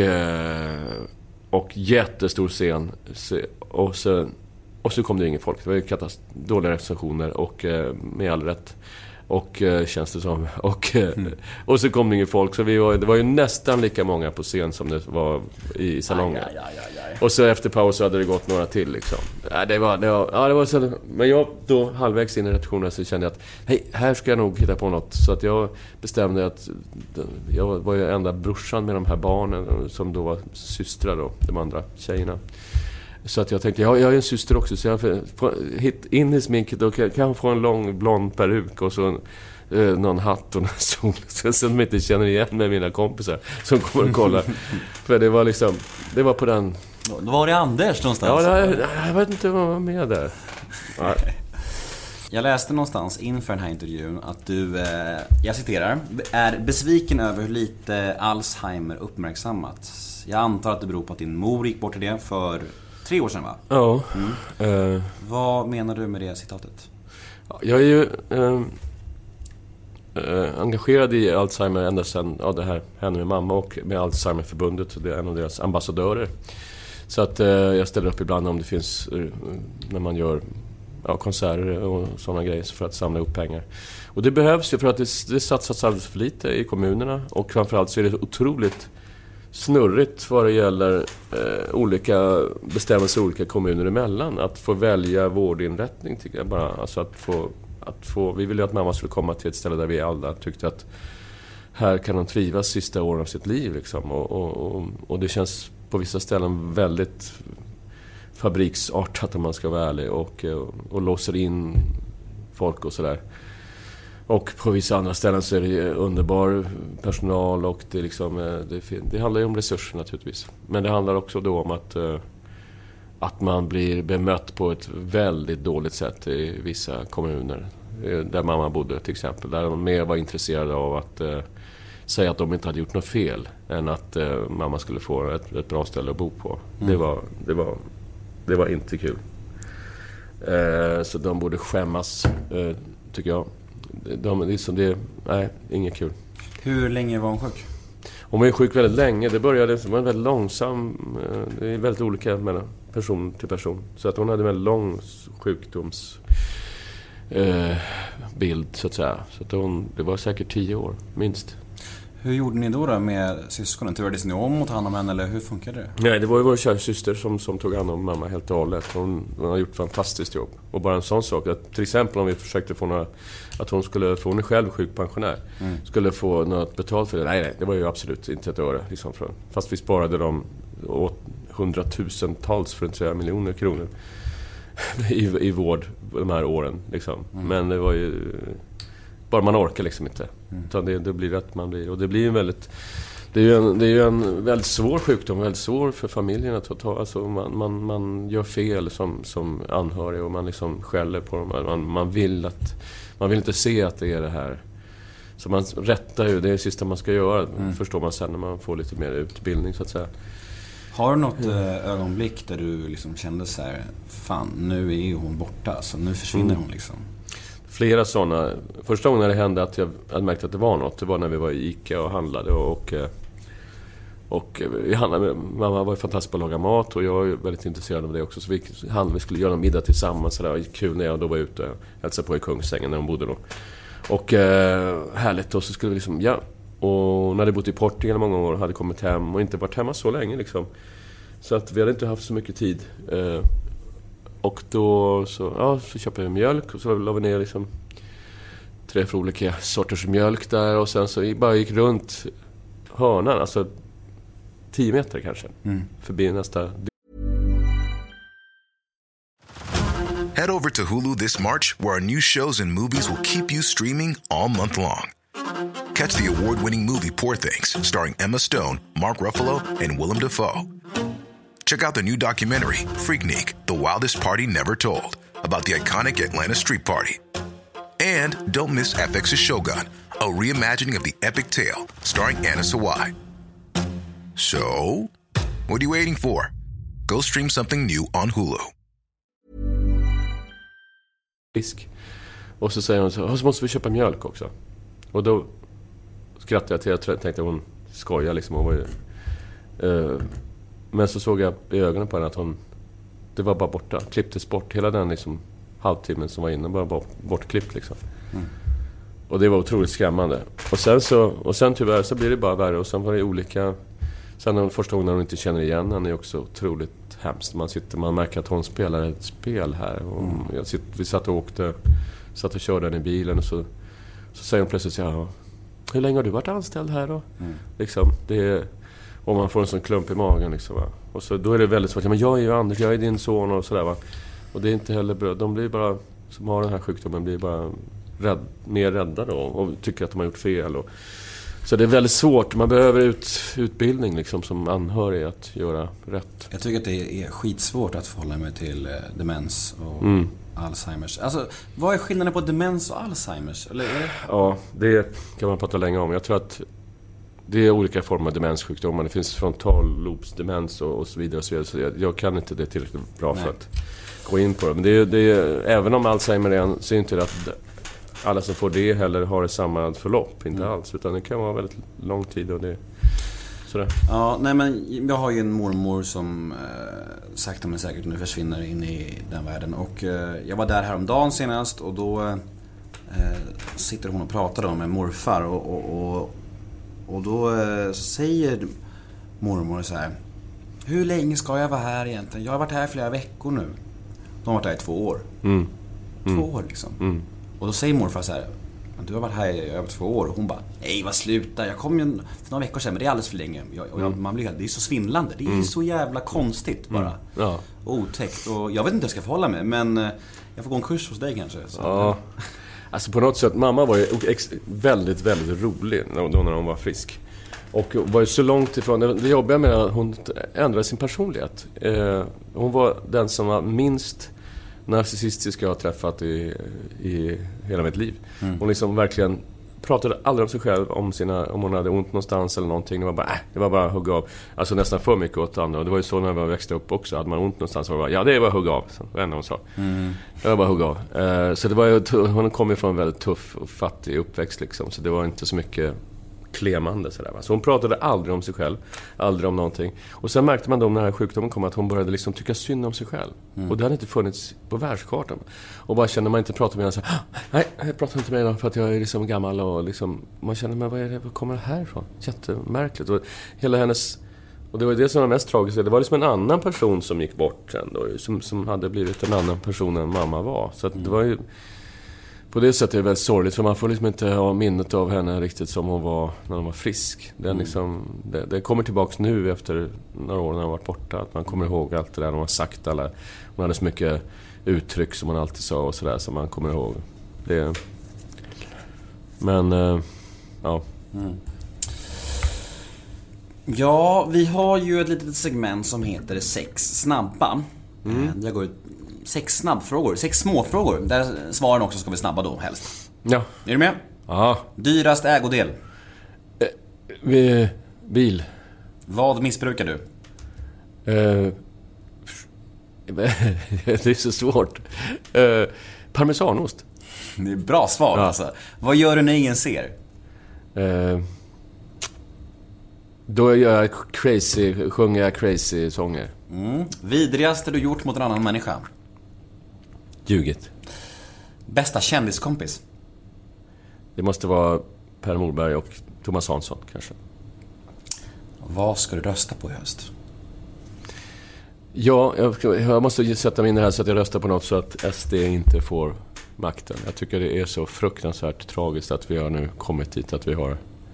och jättestor scen, och så och så kom det ingen folk. Det var ju katast- dåliga recensioner och med all rätt. Och eh, känns det som och, eh, mm. och så kom det ingen folk, så vi var, det var ju nästan lika många på scen som det var i salongen. Aj, aj, aj, aj. Och så efter paus så hade det gått några till liksom. Ja, det var, det var, ja, det var så, men jag då halvvägs in i redaktionen så kände jag att hej, här ska jag nog hitta på något. Så att jag bestämde att jag var ju enda brorsan med de här barnen som då var systrar då, de andra tjejerna. Så att jag tänkte, ja, jag är en syster också, så jag får hit in i sminket och kan jag få en lång blond peruk och så eh, någon hatt och en sol, så de inte känner igen med mina kompisar som kommer och kollar. För det var liksom, det var på den... Då var det Anders någonstans. Ja, jag, jag vet inte vad var med där. Ja. Jag läste någonstans inför den här intervjun att du, eh, jag citerar, är besviken över hur lite Alzheimer uppmärksammats. Jag antar att det beror på att din mor gick bort i det för tre år sedan, va? Ja. Mm. Uh, Vad menar du med det citatet? Jag är ju uh, uh, engagerad i Alzheimer ända sedan ja, det här hände med mamma och med Alzheimerförbundet. Det är en av deras ambassadörer. Så att uh, jag ställer upp ibland om det finns uh, när man gör ja, konserter och sådana grejer för att samla upp pengar. Och det behövs ju för att det, det satsas alldeles för lite i kommunerna, och framförallt så är det otroligt snurrigt vad det gäller eh, olika bestämmelser olika kommuner emellan. Att få välja vårdinrättning tycker jag bara. Alltså att få, att få, vi ville ju att mamma skulle komma till ett ställe där vi alla tyckte att här kan hon trivas sista åren av sitt liv. Liksom. Och, och, och, och det känns på vissa ställen väldigt fabriksartat om man ska vara ärlig. Och, och, och låser in folk och sådär. Och på vissa andra ställen så är det underbar personal och det, liksom, det, det handlar ju om resurser naturligtvis. Men det handlar också då om att, att man blir bemött på ett väldigt dåligt sätt i vissa kommuner. Där mamma bodde till exempel. Där de mer var intresserade av att eh, säga att de inte hade gjort något fel än att eh, mamma skulle få ett, ett bra ställe att bo på. Mm. Det, var, det, var, det var inte kul. Eh, så de borde skämmas, eh, tycker jag. De, liksom det, nej, inget kul. Hur länge var hon sjuk? Hon var sjuk väldigt länge. Det började det var väldigt långsam. Eh, det är väldigt olika mellan person till person. Så att hon hade en väldigt lång sjukdoms... Eh, bild så att säga. Så att hon, det var säkert tio år, minst. Hur gjorde ni då, då med syskonen? Turades ni om mot hand om henne eller hur funkade det? Nej, det var ju vår kära syster som, som tog hand om mamma helt och hållet. Hon, hon har gjort ett fantastiskt jobb. Och bara en sån sak, att till exempel om vi försökte få några, att hon skulle, för hon är själv sjukpensionär, mm. skulle få något betalt för det. Nej, nej, det var ju absolut inte ett öre. Liksom, för, fast vi sparade dem åt hundratusentals, för att inte säga miljoner kronor. I, i vård de här åren liksom. Mm. Men det var ju bara man orkar liksom inte. Mm. Utan det, det blir rätt man blir. Och det blir en väldigt det är ju en, det är ju en väldigt svår sjukdom, väldigt svår för familjen att ta. Alltså man, man, man gör fel som, som anhörig och man liksom skäller på dem. Man, man vill att man vill inte se att det är det här. Så man rättar ju, det är det sista man ska göra. Mm. Förstår man sen när man får lite mer utbildning så att säga. Har du något eh, ögonblick där du liksom kände så här, fan, nu är ju hon borta, så nu försvinner mm. hon liksom? Flera sådana. Första gången när det hände att jag hade märkt att det var något, det var när vi var i Ica och handlade och, och, och vi handlade, mamma var ju fantastisk på att laga mat och jag var väldigt intresserad av det också, så vi handlade, vi skulle göra en middag tillsammans så det var kul när jag då var ute och hälsade på i Kungsängen när de bodde då. Och eh, härligt, och så skulle vi liksom, ja. Och när det bott i Portugal många år hade kommit hem och inte varit hemma så länge liksom. Så att vi hade inte haft så mycket tid. Eh, och då så, ja, så köpte jag mjölk och så la vi ner liksom tre för olika sorters mjölk där. Och sen så bara gick runt hörnan, alltså tio meter kanske, mm. förbi nästa. Head over to Hulu this March, where our new shows and movies will keep you streaming all month long. Catch the award-winning movie Poor Things, starring Emma Stone, Mark Ruffalo, and Willem Dafoe. Check out the new documentary, Freaknik, The Wildest Party Never Told, about the iconic Atlanta Street Party. And don't miss F X's Shogun, a reimagining of the epic tale, starring Anna Sawai. So, what are you waiting for? Go stream something new on Hulu. Fisk. Och så säger hon så, så måste vi köpa mjölk också. Och då skrattade jag till, jag tänkte att hon skojar liksom. Hon var ju, uh, men så såg jag i ögonen på henne att hon, det var bara borta, klipptes bort. Hela den liksom halvtimmen som var inne, bara bort, bortklippt liksom. Mm. Och det var otroligt skrämmande. Och sen så, och sen tyvärr så blir det bara värre. Och sen var det olika, sen den första gången hon inte känner igen henne är också otroligt hemskt. Man sitter, man märker att hon spelar ett spel här. Och mm. jag sitter, vi satt och åkte, satt och körde den i bilen och så, så säger hon plötsligt så här, hur länge har du varit anställd här då? Mm. Liksom, det är, och man får en sån klump i magen liksom, va? Och så då är det väldigt svårt. Men jag är ju Anders, jag är din son och sådär, va? Och det är inte heller bra. De blir bara, som har den här sjukdomen, blir bara rädd, mer rädda då och tycker att de har gjort fel. Och, så det är väldigt svårt. Man behöver ut, utbildning liksom, som anhörig att göra rätt. Jag tycker att det är skitsvårt att förhålla mig till eh, demens och mm. Alzheimers. Alltså, vad är skillnaden på demens och Alzheimers? Eller är det... Ja, det kan man prata länge om. Jag tror att det är olika former av demenssjukdomar. Det finns frontallobsdemens och, och så vidare. Och så vidare. Så jag, jag kan inte det tillräckligt bra Nej. för att gå in på det. Men det är, det är, även om Alzheimer är en, så är inte det att alla som får det heller har samma förlopp. Inte mm. alls. Utan det kan vara väldigt lång tid och det sådär. Ja, nej men jag har ju en mormor som eh, sakta men säkert nu försvinner in i den världen. Och eh, jag var där häromdagen senast och då eh, sitter hon och pratar om med morfar och, och, och, och då eh, säger mormor så här: hur länge ska jag vara här egentligen? Jag har varit här flera veckor nu. De har varit här i två år. Mm. Två mm. år liksom. Mm. Och då säger morfar så här: du har varit här i över två år. Och hon bara, nej vad sluta, jag kom ju för några veckor sedan, men det är alldeles för länge. Jag, och jag, mm. man blir, det är så svindlande, det är mm. så jävla konstigt bara. Mm. Ja. Otäckt. Och jag vet inte hur jag ska förhålla mig, men jag får gå en kurs hos dig kanske. Så. Ja. Alltså på något sätt, mamma var ju ex- väldigt, väldigt rolig då när hon var frisk. Och var ju så långt ifrån, det jobbiga med att hon ändrade sin personlighet. Eh, hon var den som var minst narcissistiska jag har träffat i, i hela mitt liv. Mm. Hon liksom verkligen pratade aldrig om sig själv, om, sina, om hon hade ont någonstans eller någonting. Det var bara, äh, det var bara att hugga av. Alltså nästan för mycket åt andra. Och det var ju så när jag växte upp också. Hade man ont någonstans så var det bara, ja det var att hugga av. Så, vad hon sa. Mm. Det var bara att hugga av. Eh, så det var ju, hon kom ju från en väldigt tuff och fattig uppväxt liksom. Så det var inte så mycket klemande sådär, va? Så hon pratade aldrig om sig själv, aldrig om någonting. Och sen märkte man då när den här sjukdomen kom att hon började liksom tycka synd om sig själv. Mm. Och det hade inte funnits på världskartan. Och bara kände man inte prata med henne så nej, jag pratar inte med henne för att jag är liksom gammal och liksom, man känner, men vad är det, vad kommer det här ifrån? Jättemärkligt. Och hela hennes, och det var det som var mest tragiskt, det var liksom en annan person som gick bort sen då, som, som hade blivit en annan person än mamma var. Så att mm. det var ju på det sättet är det väldigt sorgligt, för man får liksom inte ha minnet av henne riktigt som hon var när hon var frisk. Den liksom, det, det kommer tillbaks nu efter några år när hon varit borta, att man kommer ihåg allt det där hon har sagt. Alla, hon hade så mycket uttryck som hon alltid sa och sådär som man kommer ihåg. Det, men, äh, ja. Mm. Ja, vi har ju ett litet segment som heter Sex snabba. Mm. Jag går ut sex snabbfrågor, sex småfrågor. Där svaren också ska vi snabba då helst. Ja. Är du med? Ja. Dyrast ägodel? Eh, vi, bil. Vad missbrukar du? Eh, det är så svårt. Eh, parmesanost. Det är bra svar, ja. Alltså. Vad gör du när ingen ser? Eh, då gör jag crazy, sjunger jag crazy sånger. Mm. Vidrigaste du gjort mot en annan människa? Ljugit. Bästa kändiskompis? Det måste vara Per Morberg och Thomas Hansson kanske. Vad ska du rösta på i höst? Ja, jag, jag måste sätta mig in i det här så att jag röstar på något så att S D inte får makten. Jag tycker det är så fruktansvärt tragiskt att vi har nu kommit dit att vi har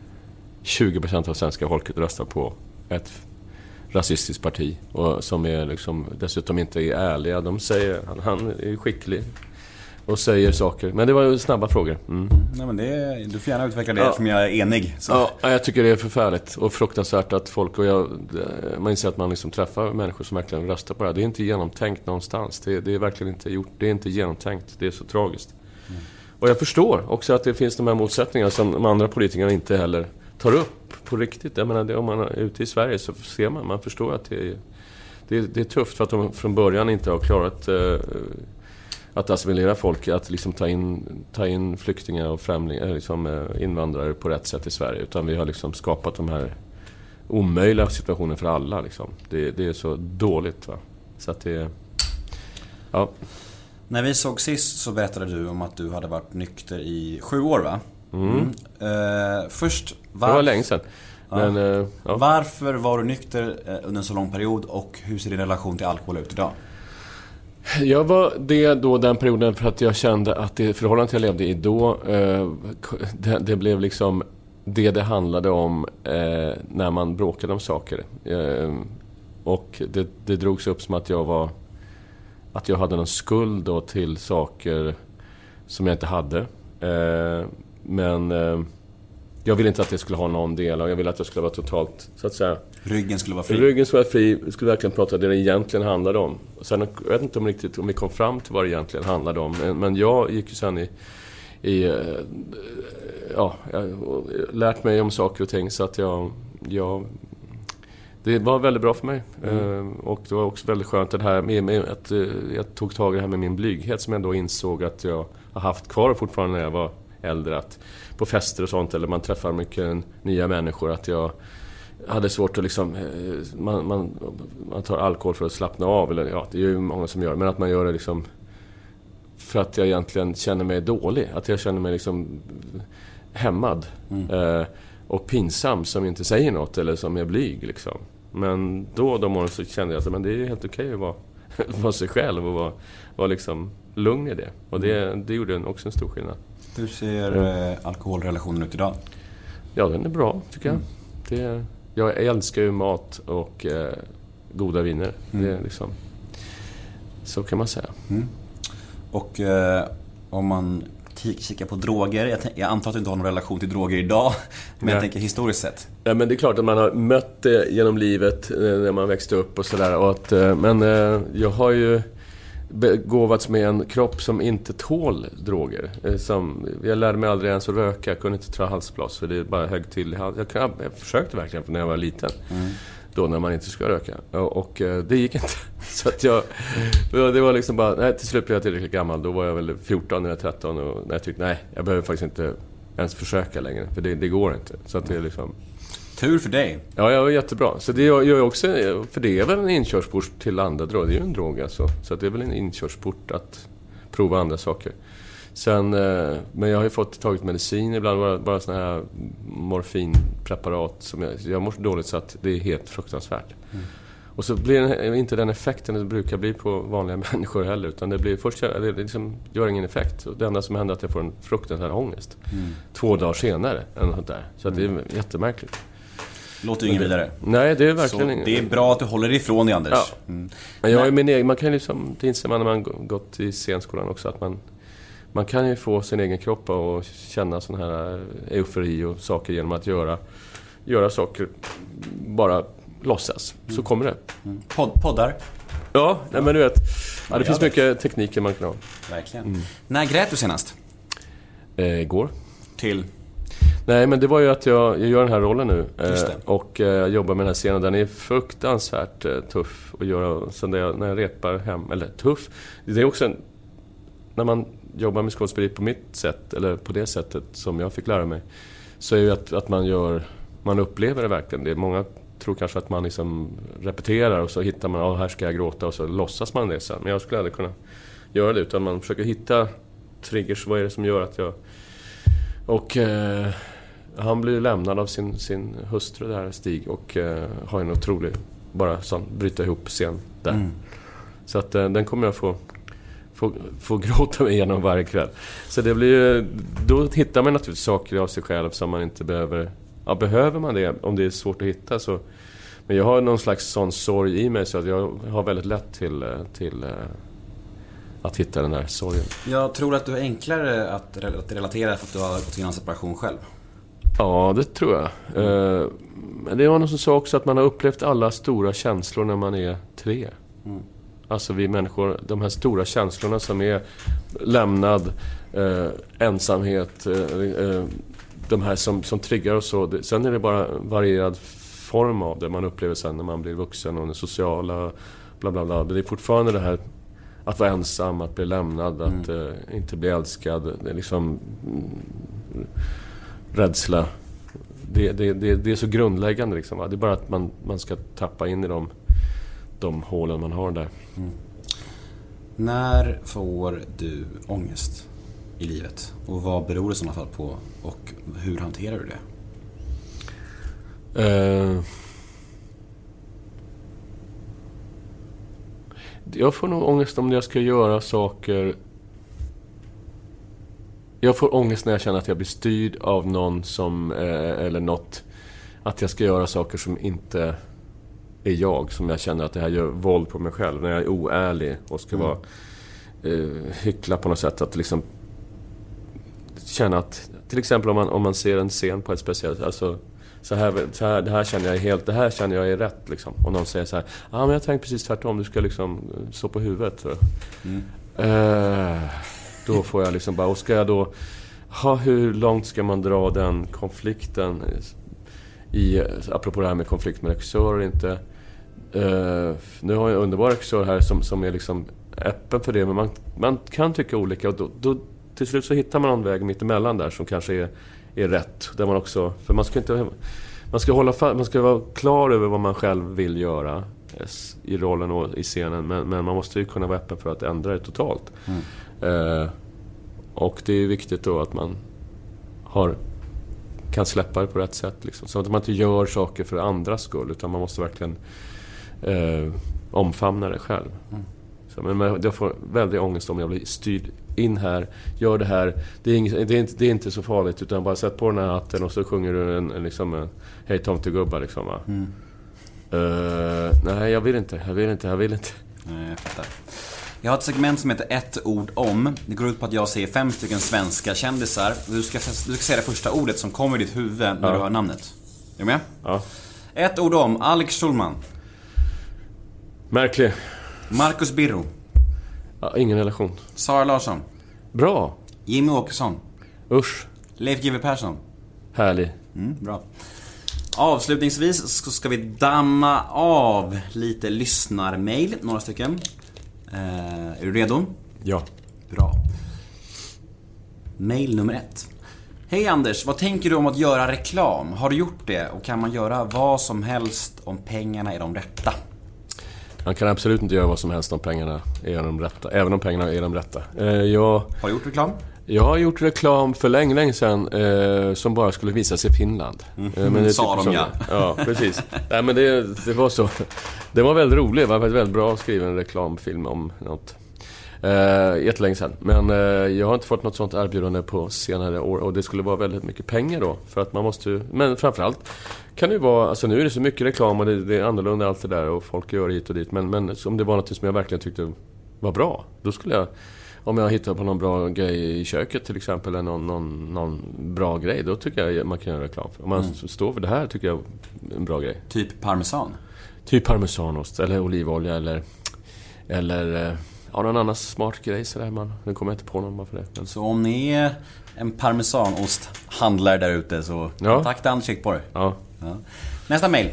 tjugo procent av svenska folket röstar på ett rasistiskt parti och som är liksom dessutom inte är ärliga. De säger han, han är skicklig och säger saker. Men det var ju snabba frågor. Mm. Nej, men det är, du får gärna utveckla det, ja. Som jag är enig. Så. Ja, jag tycker det är förfärligt och fruktansvärt att folk, och jag, man inser att man liksom träffar människor som verkligen röstar på det här. Det är inte genomtänkt någonstans. Det, det är verkligen inte gjort. Det är inte genomtänkt. Det är så tragiskt. Mm. Och jag förstår också att det finns de här motsättningarna som de andra politikerna inte heller tar upp på riktigt. Jag menar, det, om man är ute i Sverige så ser man, man förstår att det är, det, det är tufft för att de från början inte har klarat eh, att assimilera folk, att liksom ta in, ta in flyktingar och främlingar, liksom, eh, invandrare på rätt sätt i Sverige, utan vi har liksom skapat de här omöjliga situationer för alla liksom. det, det är så dåligt, va? Så att det, ja. När vi såg sist så berättade du om att du hade varit nykter i sju år, va? Mm. Mm. Uh, först var... Det var länge sedan. Ja. Men, uh, ja. Varför var du nykter under en så lång period och hur ser din relation till alkohol ut idag? Jag var det då den perioden för att jag kände att det förhållandet jag levde i då uh, det, det blev liksom det det handlade om uh, när man bråkade om saker. Uh, och det, det drogs upp som att jag var att jag hade någon skuld då till saker som jag inte hade. Uh, Men eh, jag ville inte att det skulle ha någon del, och jag ville att det skulle vara totalt, så att säga, ryggen skulle vara fri. Ryggen skulle vara fri, vi skulle verkligen prata det det egentligen handlade om. Och sen, jag vet inte om, riktigt, om vi kom fram till vad det egentligen handlade om. Men, men jag gick ju sen i, i eh, ja, jag har lärt mig om saker och ting, så att jag, jag det var väldigt bra för mig. Mm. Uh, och det var också väldigt skönt det här med, med att uh, jag tog tag i det här med min blyghet som jag då insåg att jag har haft kvar fortfarande när jag var äldre, att på fester och sånt, eller man träffar mycket nya människor, att jag hade svårt att liksom man, man, man tar alkohol för att slappna av, eller ja, det är ju många som gör, men att man gör det liksom för att jag egentligen känner mig dålig, att jag känner mig liksom hämmad mm. eh, och pinsam som inte säger något eller som är blyg liksom. Men då de morgon så kände jag att men det är helt okej att vara, vara sig själv och vara, vara liksom lugn i det, och det, det gjorde också en stor skillnad. Hur ser eh, alkoholrelationen ut idag? Ja, den är bra tycker jag. Mm. Det, jag älskar ju mat och eh, goda viner. Mm. Det är liksom, så kan man säga. Mm. Och eh, om man kika på droger. Jag, jag antar att du inte har någon relation till droger idag. Men ja. jag tänker historiskt sett. Ja, men det är klart att man har mött det genom livet när man växte upp och sådär. Och att, men jag har ju begåvats med en kropp som inte tål droger. Som, jag lärde mig aldrig ens att röka. Jag kunde inte ta halsblås för det är bara hög till i hals. Jag, jag försökte verkligen när jag var liten. Mm. Då när man inte ska röka. Och, och det gick inte. Så att jag, det var liksom bara, nej, till slut blev jag tillräckligt gammal. Då var jag väl fjorton eller tretton. Och när jag tyckte, nej, jag behöver faktiskt inte ens försöka längre. För det, det går inte. Så att det är liksom... Tur för dig. Ja, jag var jättebra. Så det gör jag också, för det är väl en inkörsport till andra droger. Det är ju en drog alltså. Så att det är väl en inkörsport att prova andra saker. Sen, men jag har ju fått tagit medicin ibland, bara, bara såna här morfinpreparat som jag, jag mår så dåligt så att det är helt fruktansvärt. Mm. Och så blir det inte den effekten det brukar bli på vanliga människor heller, utan det blir först, det liksom gör ingen effekt. Och det enda som händer är att jag får en fruktansvärd ångest. Mm. Två dagar senare eller något där. Så att det är jättemärkligt. Låter ju ingen vidare. Nej, det är verkligen ingen. Det är bra att du håller ifrån dig, Anders. Ja. Mm. Jag är min egen, man kan liksom, det inser man när man gått i scenskolan också, att man Man kan ju få sin egen kropp och känna sån här eufori och saker genom att göra, göra saker, bara låtsas. Så mm. kommer det. Mm. Pod, poddar? Ja, nej, men du vet, ja, det finns mycket tekniker man kan ha. Verkligen. Mm. När grät du senast? Eh, igår. Till? Nej, men det var ju att jag, jag gör den här rollen nu. Just det. Eh, och eh, jag jobbar med den här scenen. Den är fruktansvärt eh, tuff att göra. Så när jag, när jag repar hem, eller tuff. Det är också en, när man jobbar med skådespeleri på mitt sätt, eller på det sättet som jag fick lära mig, så är ju att, att man gör, man upplever det verkligen. Det är många tror kanske att man liksom repeterar och så hittar man, ja, här ska jag gråta, och så låtsas man det sen. Men jag skulle aldrig kunna göra det, utan man försöker hitta triggers. Vad är det som gör att jag... Och eh, han blir lämnad av sin, sin hustru där, Stig, och eh, har en otrolig, bara sån, bryta ihop scen där. Mm. Så att eh, den kommer jag få Få, få gråta mig igenom varje kväll. Så det blir ju, då hittar man naturligtvis saker av sig själv som man inte behöver. Ja, behöver man det om det är svårt att hitta så. Men jag har någon slags sån sorg i mig så att jag har väldigt lätt till, till att hitta den där sorgen. Jag tror att du är enklare att relatera för att du har gått igenom separation själv. Ja, det tror jag. Mm. Men det var någon som sa också att man har upplevt alla stora känslor när man är tre. Mm. Alltså vi människor, de här stora känslorna som är lämnad, eh, ensamhet, eh, de här som, som triggar och så. Det, sen är det bara varierad form av det man upplever sen när man blir vuxen och den sociala, bla bla bla. Det är fortfarande det här att vara ensam, att bli lämnad, mm. att eh, inte bli älskad. Det är liksom mm, rädsla. Det, det, det, det är så grundläggande liksom. Va? Det är bara att man, man ska tappa in i dem. De hålen man har där. Mm. När får du ångest i livet? Och vad beror det i sådana fall på? Och hur hanterar du det? Uh, jag får nog ångest om jag ska göra saker. Jag får ångest när jag känner att jag blir styrd av någon som, eh, eller något. Att jag ska göra saker som inte är jag, som jag känner att det här gör våld på mig själv. När jag är oärlig och ska mm. vara eh, hyckla på något sätt. Att liksom känna att, till exempel om man, om man ser en scen på ett speciellt, alltså så här, så här, det här känner jag är helt, det här känner jag är rätt liksom. Och någon säger så här, ja ah, men jag tänkte precis tvärtom, du ska liksom stå på huvudet. Så. Mm. Eh, då får jag liksom bara, och ska jag då ha, hur långt ska man dra den konflikten i, apropå det här med konflikt med regissör inte. Uh, nu har jag en underbar regissör här som, som är liksom öppen för det, men man, man kan tycka olika, och då, då till slut så hittar man någon väg mitt emellan där som kanske är, är rätt, där man också, för man ska inte, man ska hålla man ska vara klar över vad man själv vill göra i rollen och i scenen, men, men man måste ju kunna vara öppen för att ändra det totalt. Mm. Uh, och det är viktigt då att man har kan släppa det på rätt sätt liksom. Så att man inte gör saker för andras skull, utan man måste verkligen eh, omfamna det själv. Mm. Så, men jag får väldigt ångest om jag blir styrd in här, gör det här, det är, inget, det är, inte, det är inte så farligt, utan bara sätt på den här hatten och så sjunger du en, en, liksom en hej tomtegubba liksom, va? Mm. Uh, nej, jag vill inte, jag vill inte, jag vill inte. Nej, jag fattar. Jag har ett segment som heter ett ord om. Det går ut på att jag säger fem stycken svenska kändisar. Du ska, du ska säga det första ordet som kommer i ditt huvud när ja. du hör namnet. Är du med? Ja. Ett ord om Alex Schulman. Märklig. Marcus Birro. Ja, ingen relation. Sara Larsson. Bra. Jimmy Åkesson. Usch. Leif G W Persson. Härlig. Mm, bra. Avslutningsvis så ska vi damma av lite lyssnarmail, några stycken. eh, Är du redo? Ja. Bra. Mail nummer ett. Hej Anders, vad tänker du om att göra reklam? Har du gjort det? Och kan man göra vad som helst om pengarna är de rätta? Man kan absolut inte göra vad som helst om pengarna är de rätta. Även om pengarna är de rätta. eh, jag... Har du gjort reklam? Jag har gjort reklam för länge, länge sedan eh, som bara skulle visas i Finland. Mm. Eh, men det Sa typ de, ja. Ja, precis. Nej, men det, det var så. Det var väldigt roligt. Det var väldigt bra att skriva en reklamfilm om något. Eh, jättelänge sedan. Men eh, jag har inte fått något sånt erbjudande på senare år. Och det skulle vara väldigt mycket pengar då. För att man måste ju... Men framförallt kan det ju vara... Alltså nu är det så mycket reklam och det, det är annorlunda allt det där. Och folk gör hit och dit. Men, men om det var något som jag verkligen tyckte var bra, då skulle jag... Om jag hittar på någon bra grej i köket till exempel, eller någon, någon, någon bra grej, då tycker jag man kan göra reklam för. Om man mm. står för det här tycker jag är en bra grej. Typ parmesan? Typ parmesanost, eller olivolja, eller eller ja, någon annan smart grej sådär. Man, nu kommer jag inte på någon för det. Men... Så om ni är en parmesanosthandlare där ute så ja. kontakta Anders Ekborg. Ja. Ja. Nästa mejl.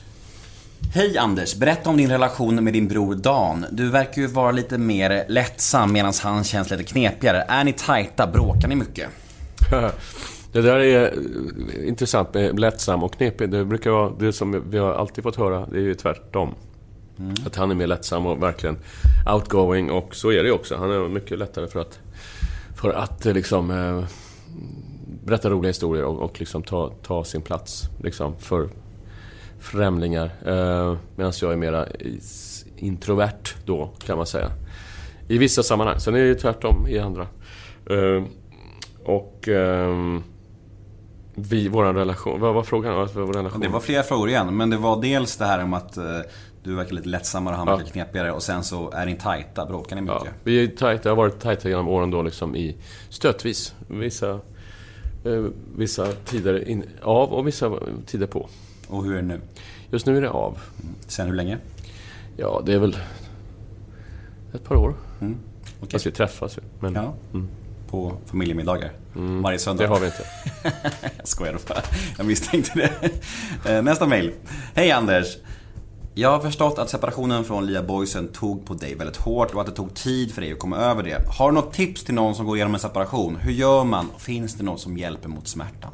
Hej Anders, berätta om din relation med din bror Dan. Du verkar ju vara lite mer lättsam medan han känns lite knepigare. Är ni tajta? Bråkar ni mycket? Det där är intressant med lättsam och knepig. Det brukar vara det som vi har alltid fått höra. Det är ju tvärtom. Mm. Att han är mer lättsam och verkligen outgoing. Och så är det ju också. Han är mycket lättare för att För att liksom eh, berätta roliga historier och, och liksom ta, ta sin plats liksom för främlingar, eh, medan jag är mera introvert då, kan man säga, i vissa sammanhang. Sen är det ju tvärtom i andra. eh, och eh, vi, våran relation, vad var frågan? Vad var vår relation? Det var flera frågor igen, men det var dels det här om att eh, du verkar lite lättsammare och han verkar ja. knepigare, och sen så är ni tajta, bråkar ni mycket? Ja, vi är tajta, jag har varit tajta genom åren då liksom i stötvis, vissa eh, vissa tider in, av och vissa tider på. Och hur är det nu? Just nu är det av. Mm. Sen hur länge? Ja, det är väl ett par år. Mm. Okay. Fast vi träffas. Men, ja. mm. På familjemiddagar mm. varje söndag. Det har vi inte. Jag skojar då. Jag misstänkte det. Nästa mejl. Hej Anders. Jag har förstått att separationen från Lia Boysen tog på dig väldigt hårt och att det tog tid för dig att komma över det. Har du något tips till någon som går igenom en separation? Hur gör man? Finns det något som hjälper mot smärtan?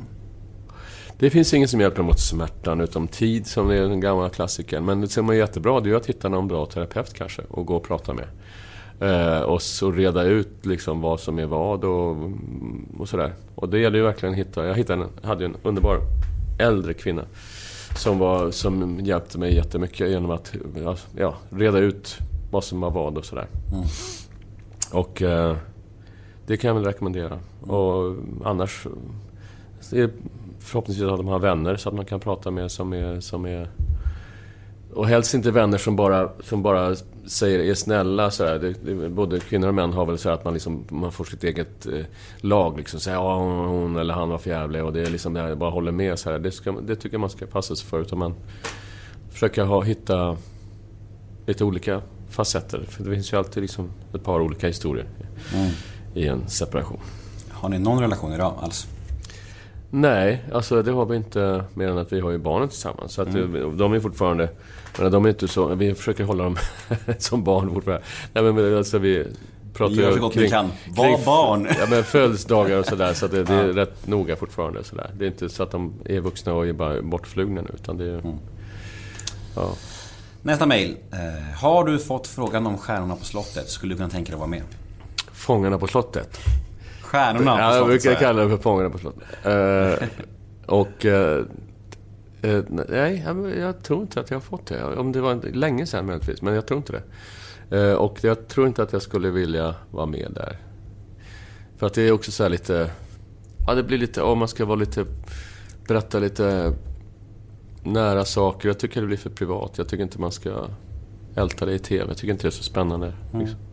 Det finns ingen som hjälper mot smärtan utom tid, som är den gamla klassikern. Men det som är jättebra, det är att hitta någon bra terapeut kanske och gå och prata med. Eh, och så reda ut liksom vad som är vad och, och sådär. Och det gäller ju verkligen att hitta. Jag hittade en, hade en underbar äldre kvinna som, var, som hjälpte mig jättemycket genom att ja, reda ut vad som var vad och sådär. Mm. Och eh, det kan jag väl rekommendera. Och annars det är förhoppningsvis att de har vänner så att man kan prata med som är, som är och helst inte vänner som bara, som bara säger är snälla så här. Det, det, både kvinnor och män har väl så här att man liksom, man får sitt eget eh, lag liksom säga ja, hon eller han var för jävlig, och det är liksom det här, bara håller med så här. Det, ska, det tycker jag man ska passa sig för, utan man försöker ha, hitta lite olika facetter, för det finns ju alltid liksom ett par olika historier mm. i en separation. Har ni någon relation idag alls? Nej, alltså det har vi inte, mer än att vi har ju barnen tillsammans. Så att mm. de är fortfarande, men de är inte så, vi försöker hålla dem som barn fortfarande. Nej, men alltså vi pratar ju gott kring, kan. Var barn. Ja, men födelsedagar och sådär, så att det, det är rätt noga fortfarande sådär. Det är inte så att de är vuxna och är bara bortflugna nu, utan det är mm. ja. Nästa mejl. Eh, har du fått frågan om Stjärnorna på slottet? Skulle du kunna tänka dig att vara med? Fångarna på slottet? Stjärnorna på ja, slottet. Jag brukar kalla det för Fångarna på slottet. Uh, och uh, uh, nej, jag, jag tror inte att jag har fått det. Om det var länge sedan möjligtvis, men jag tror inte det. Uh, och jag tror inte att jag skulle vilja vara med där. För att det är också så här lite, ja, det blir lite, om man ska vara lite, berätta lite nära saker. Jag tycker det blir för privat. Jag tycker inte man ska älta det i tv. Jag tycker inte det är så spännande. Mm. Liksom.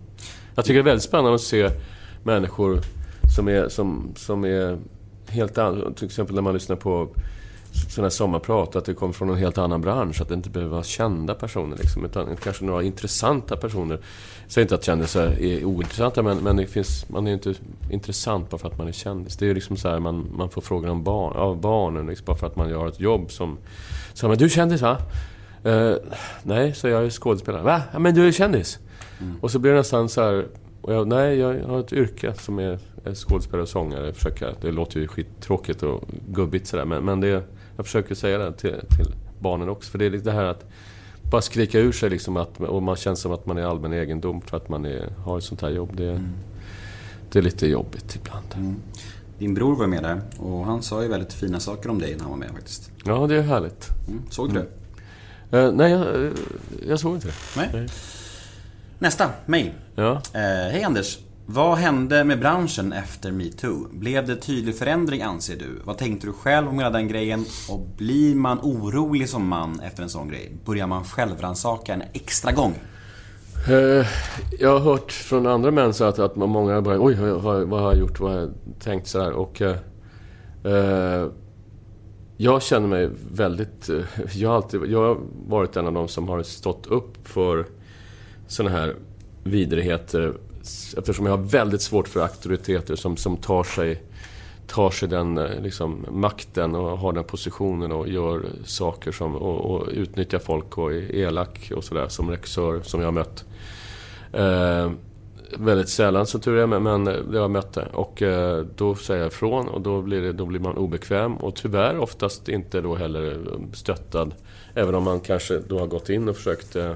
Jag tycker det är väldigt spännande att se människor som är, som, som är helt annorlunda. Till exempel när man lyssnar på sådana här sommarprat, att det kommer från en helt annan bransch, att det inte behöver vara kända personer liksom, utan kanske några intressanta personer. Jag säger inte att kändisar är ointressanta, men, men det finns, man är inte intressant bara för att man är kändis. Det är ju liksom så här, man, man får frågor om barn, av barnen liksom, bara för att man gör ett jobb som, så men du är kändis va? Uh, nej, så jag är skådespelare. Va? Ja, men du är kändis. Mm. Och så blir det nästan så här, och jag, nej, jag har ett yrke som är, är skådespelare och sångare. Försöka, det låter ju skittråkigt och gubbigt sådär, men, men det, jag försöker säga det till, till barnen också. För det är lite det här att bara skrika ur sig liksom, att, och man känns som att man är allmän egendom för att man är, har ett sånt här jobb. Det, mm. det är lite jobbigt ibland. Mm. Din bror var med där och han sa ju väldigt fina saker om dig när han var med faktiskt. Ja, det är härligt. Mm. Såg du mm. det? Uh, nej, jag, jag såg inte det. Nej. nej. Nästa, mail. Ja. Uh, Hej Anders. Vad hände med branschen efter MeToo? Blev det tydlig förändring anser du? Vad tänkte du själv om hela den grejen? Och blir man orolig som man efter en sån grej? Börjar man självrannsaka en extra gång? Uh, jag har hört från andra män så att, att många bara, oj, vad, vad har jag gjort? Vad har jag tänkt så här? Och uh, uh, jag känner mig väldigt... Uh, jag, har alltid, jag har varit en av dem som har stått upp för såna här vidrigheter, eftersom jag har väldigt svårt för auktoriteter som, som tar sig tar sig den liksom, makten och har den positionen och gör saker som, och, och utnyttjar folk och är elak och sådär, som regissör som jag har mött. Eh, väldigt sällan så tror jag, men, men det har jag mött det. Och eh, då säger jag ifrån och då blir, det, då blir man obekväm och tyvärr oftast inte då heller stöttad, även om man kanske då har gått in och försökt eh,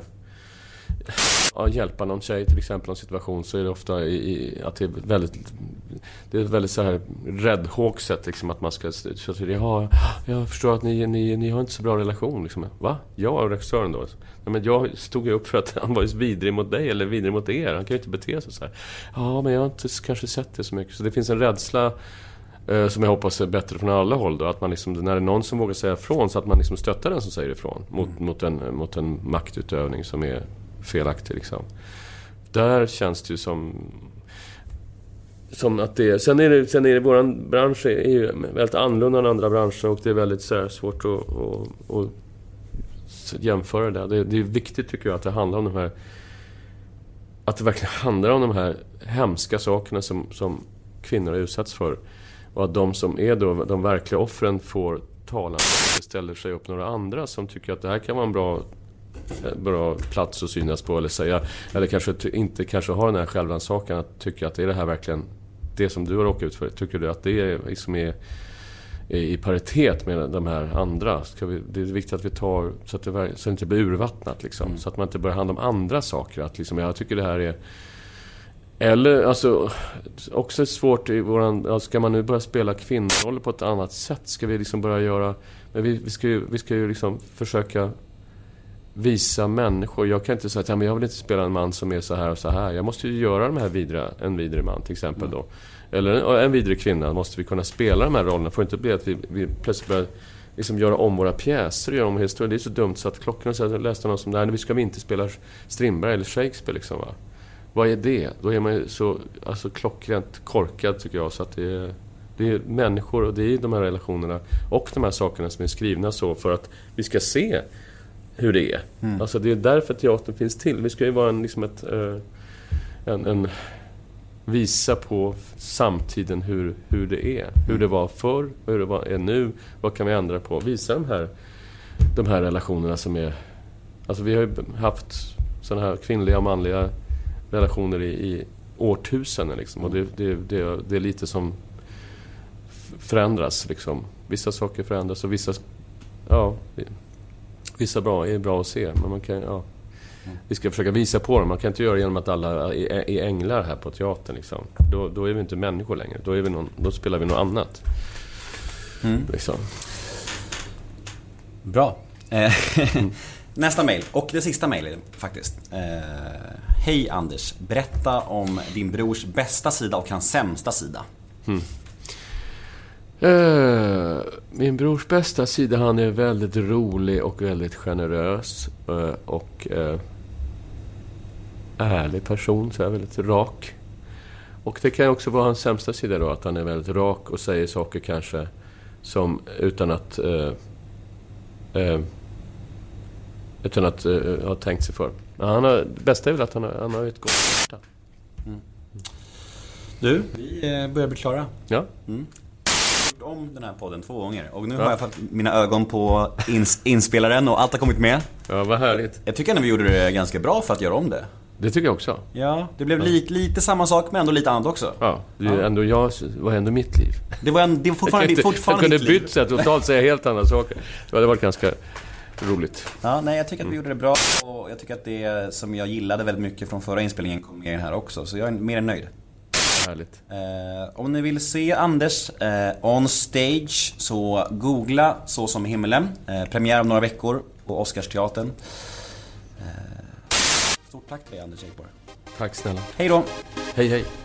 ja, hjälpa någon tjej till exempel i en situation, så är det ofta i, i, att det är väldigt det är väldigt så här räddhågset liksom, att man ska så att, ja, jag förstår att ni, ni, ni har inte så bra relation liksom. Va? Jag och regissören då? Nej, men jag stod ju upp för att han var ju vidrig mot dig eller vidrig mot er. Han kan ju inte bete sig så här. Ja, men jag har inte kanske sett det så mycket. Så det finns en rädsla eh, som jag hoppas är bättre från alla håll då, att man liksom, när det är någon som vågar säga ifrån, så att man liksom stöttar den som säger ifrån mot, mm. mot, en, mot en maktutövning som är felaktig liksom. Där känns det ju som som att det sen är det sen är det våran bransch är ju väldigt annorlunda än andra branscher och det är väldigt så här, svårt att, att, att jämföra det. det. Det är viktigt tycker jag att det handlar om de här att det verkligen handlar om de här hemska sakerna som, som kvinnor är utsatts för och att de som är då de verkliga offren får tala. Det ställer sig upp några andra som tycker att det här kan vara en bra bra plats att synas på eller säga, eller kanske inte kanske har den här självrannsakan att tycka att det är det här verkligen det som du har råkat ut för. Tycker du att det är, liksom är, är i paritet med de här andra? Ska vi, det är viktigt att vi tar så att det, så att det inte blir urvattnat liksom, mm. så att man inte börjar handla om andra saker. Att liksom, jag tycker det här är eller alltså också svårt i våran, ska man nu börja spela kvinnoroller på ett annat sätt? Ska vi liksom börja göra, men vi, vi ska ju, vi ska ju liksom försöka visa människor. Jag kan inte säga att ja, men jag vill inte spela en man som är så här och så här. Jag måste ju göra de här vidra, en vidrig man till exempel mm. då. Eller en, en vidrig kvinna. Måste vi kunna spela de här rollerna. Får inte bli att vi, vi plötsligt börjar liksom göra om våra pjäser och göra om historier. Det är så dumt så att klockorna så jag läste någon som där, vi ska vi inte spela Strindberg eller Shakespeare liksom va. Vad är det? Då är man ju så alltså klockrent korkad tycker jag, så att det är det är människor och det är de här relationerna och de här sakerna som är skrivna så för att vi ska se hur det är. Mm. Alltså det är därför teatern finns till. Vi ska ju vara en, liksom ett, uh, en, en visa på samtiden hur, hur det är. Hur det var förr, hur det var, är nu. Vad kan vi ändra på? Visa de här, de här relationerna som är... Alltså vi har ju haft sådana här kvinnliga och manliga relationer i, i årtusenden. Liksom. Och det, det, det, det är lite som förändras. Liksom. Vissa saker förändras och vissa... Ja... Vissa bra är bra att se, men man kan, ja, vi ska försöka visa på dem. Man kan inte göra det genom att alla är, är änglar här på teatern. Liksom. Då, då är vi inte människor längre. Då, är vi någon, då spelar vi något annat. Mm. Liksom. Bra. Mm. Nästa mejl, och det sista mejlet faktiskt. Eh, Hej Anders, berätta om din brors bästa sida och hans sämsta sida. Mm. Uh, min brors bästa sida, han är väldigt rolig och väldigt generös uh, och uh, ärlig person, så är väldigt rak. Och det kan också vara hans sämsta sida då, att han är väldigt rak och säger saker kanske som utan att eh, eh, utan att eh, ha tänkt sig för. Men han har, det bästa är väl att han har, han har ett gott hjärta. Mm. Du, vi börjar bli klara. Ja. Mm. Om den här podden två gånger. Och nu ja. har jag fått mina ögon på ins- inspelaren och allt har kommit med. Ja, vad härligt. Jag tycker ändå vi gjorde det ganska bra för att göra om det. Det tycker jag också. Ja, det blev ja. lite, lite samma sak men ändå lite annat också. Ja, det är ja. ändå jag, var ändå mitt liv. Det var, en, det var fortfarande, jag kunde, fortfarande jag kunde bytt sig totalt, säga helt andra saker. Det hade varit ganska roligt. Ja, nej, jag tycker att vi gjorde det bra. Och jag tycker att det som jag gillade väldigt mycket från förra inspelningen kom med här också. Så jag är mer än nöjd. Härligt. Eh, om ni vill se Anders eh, on stage, så googla Så som i himmelen. Eh, premiär om några veckor på Oscarsteatern. Eh, stort tack till dig, Anders Ekborg. Tack snälla. Hej då. Hej hej.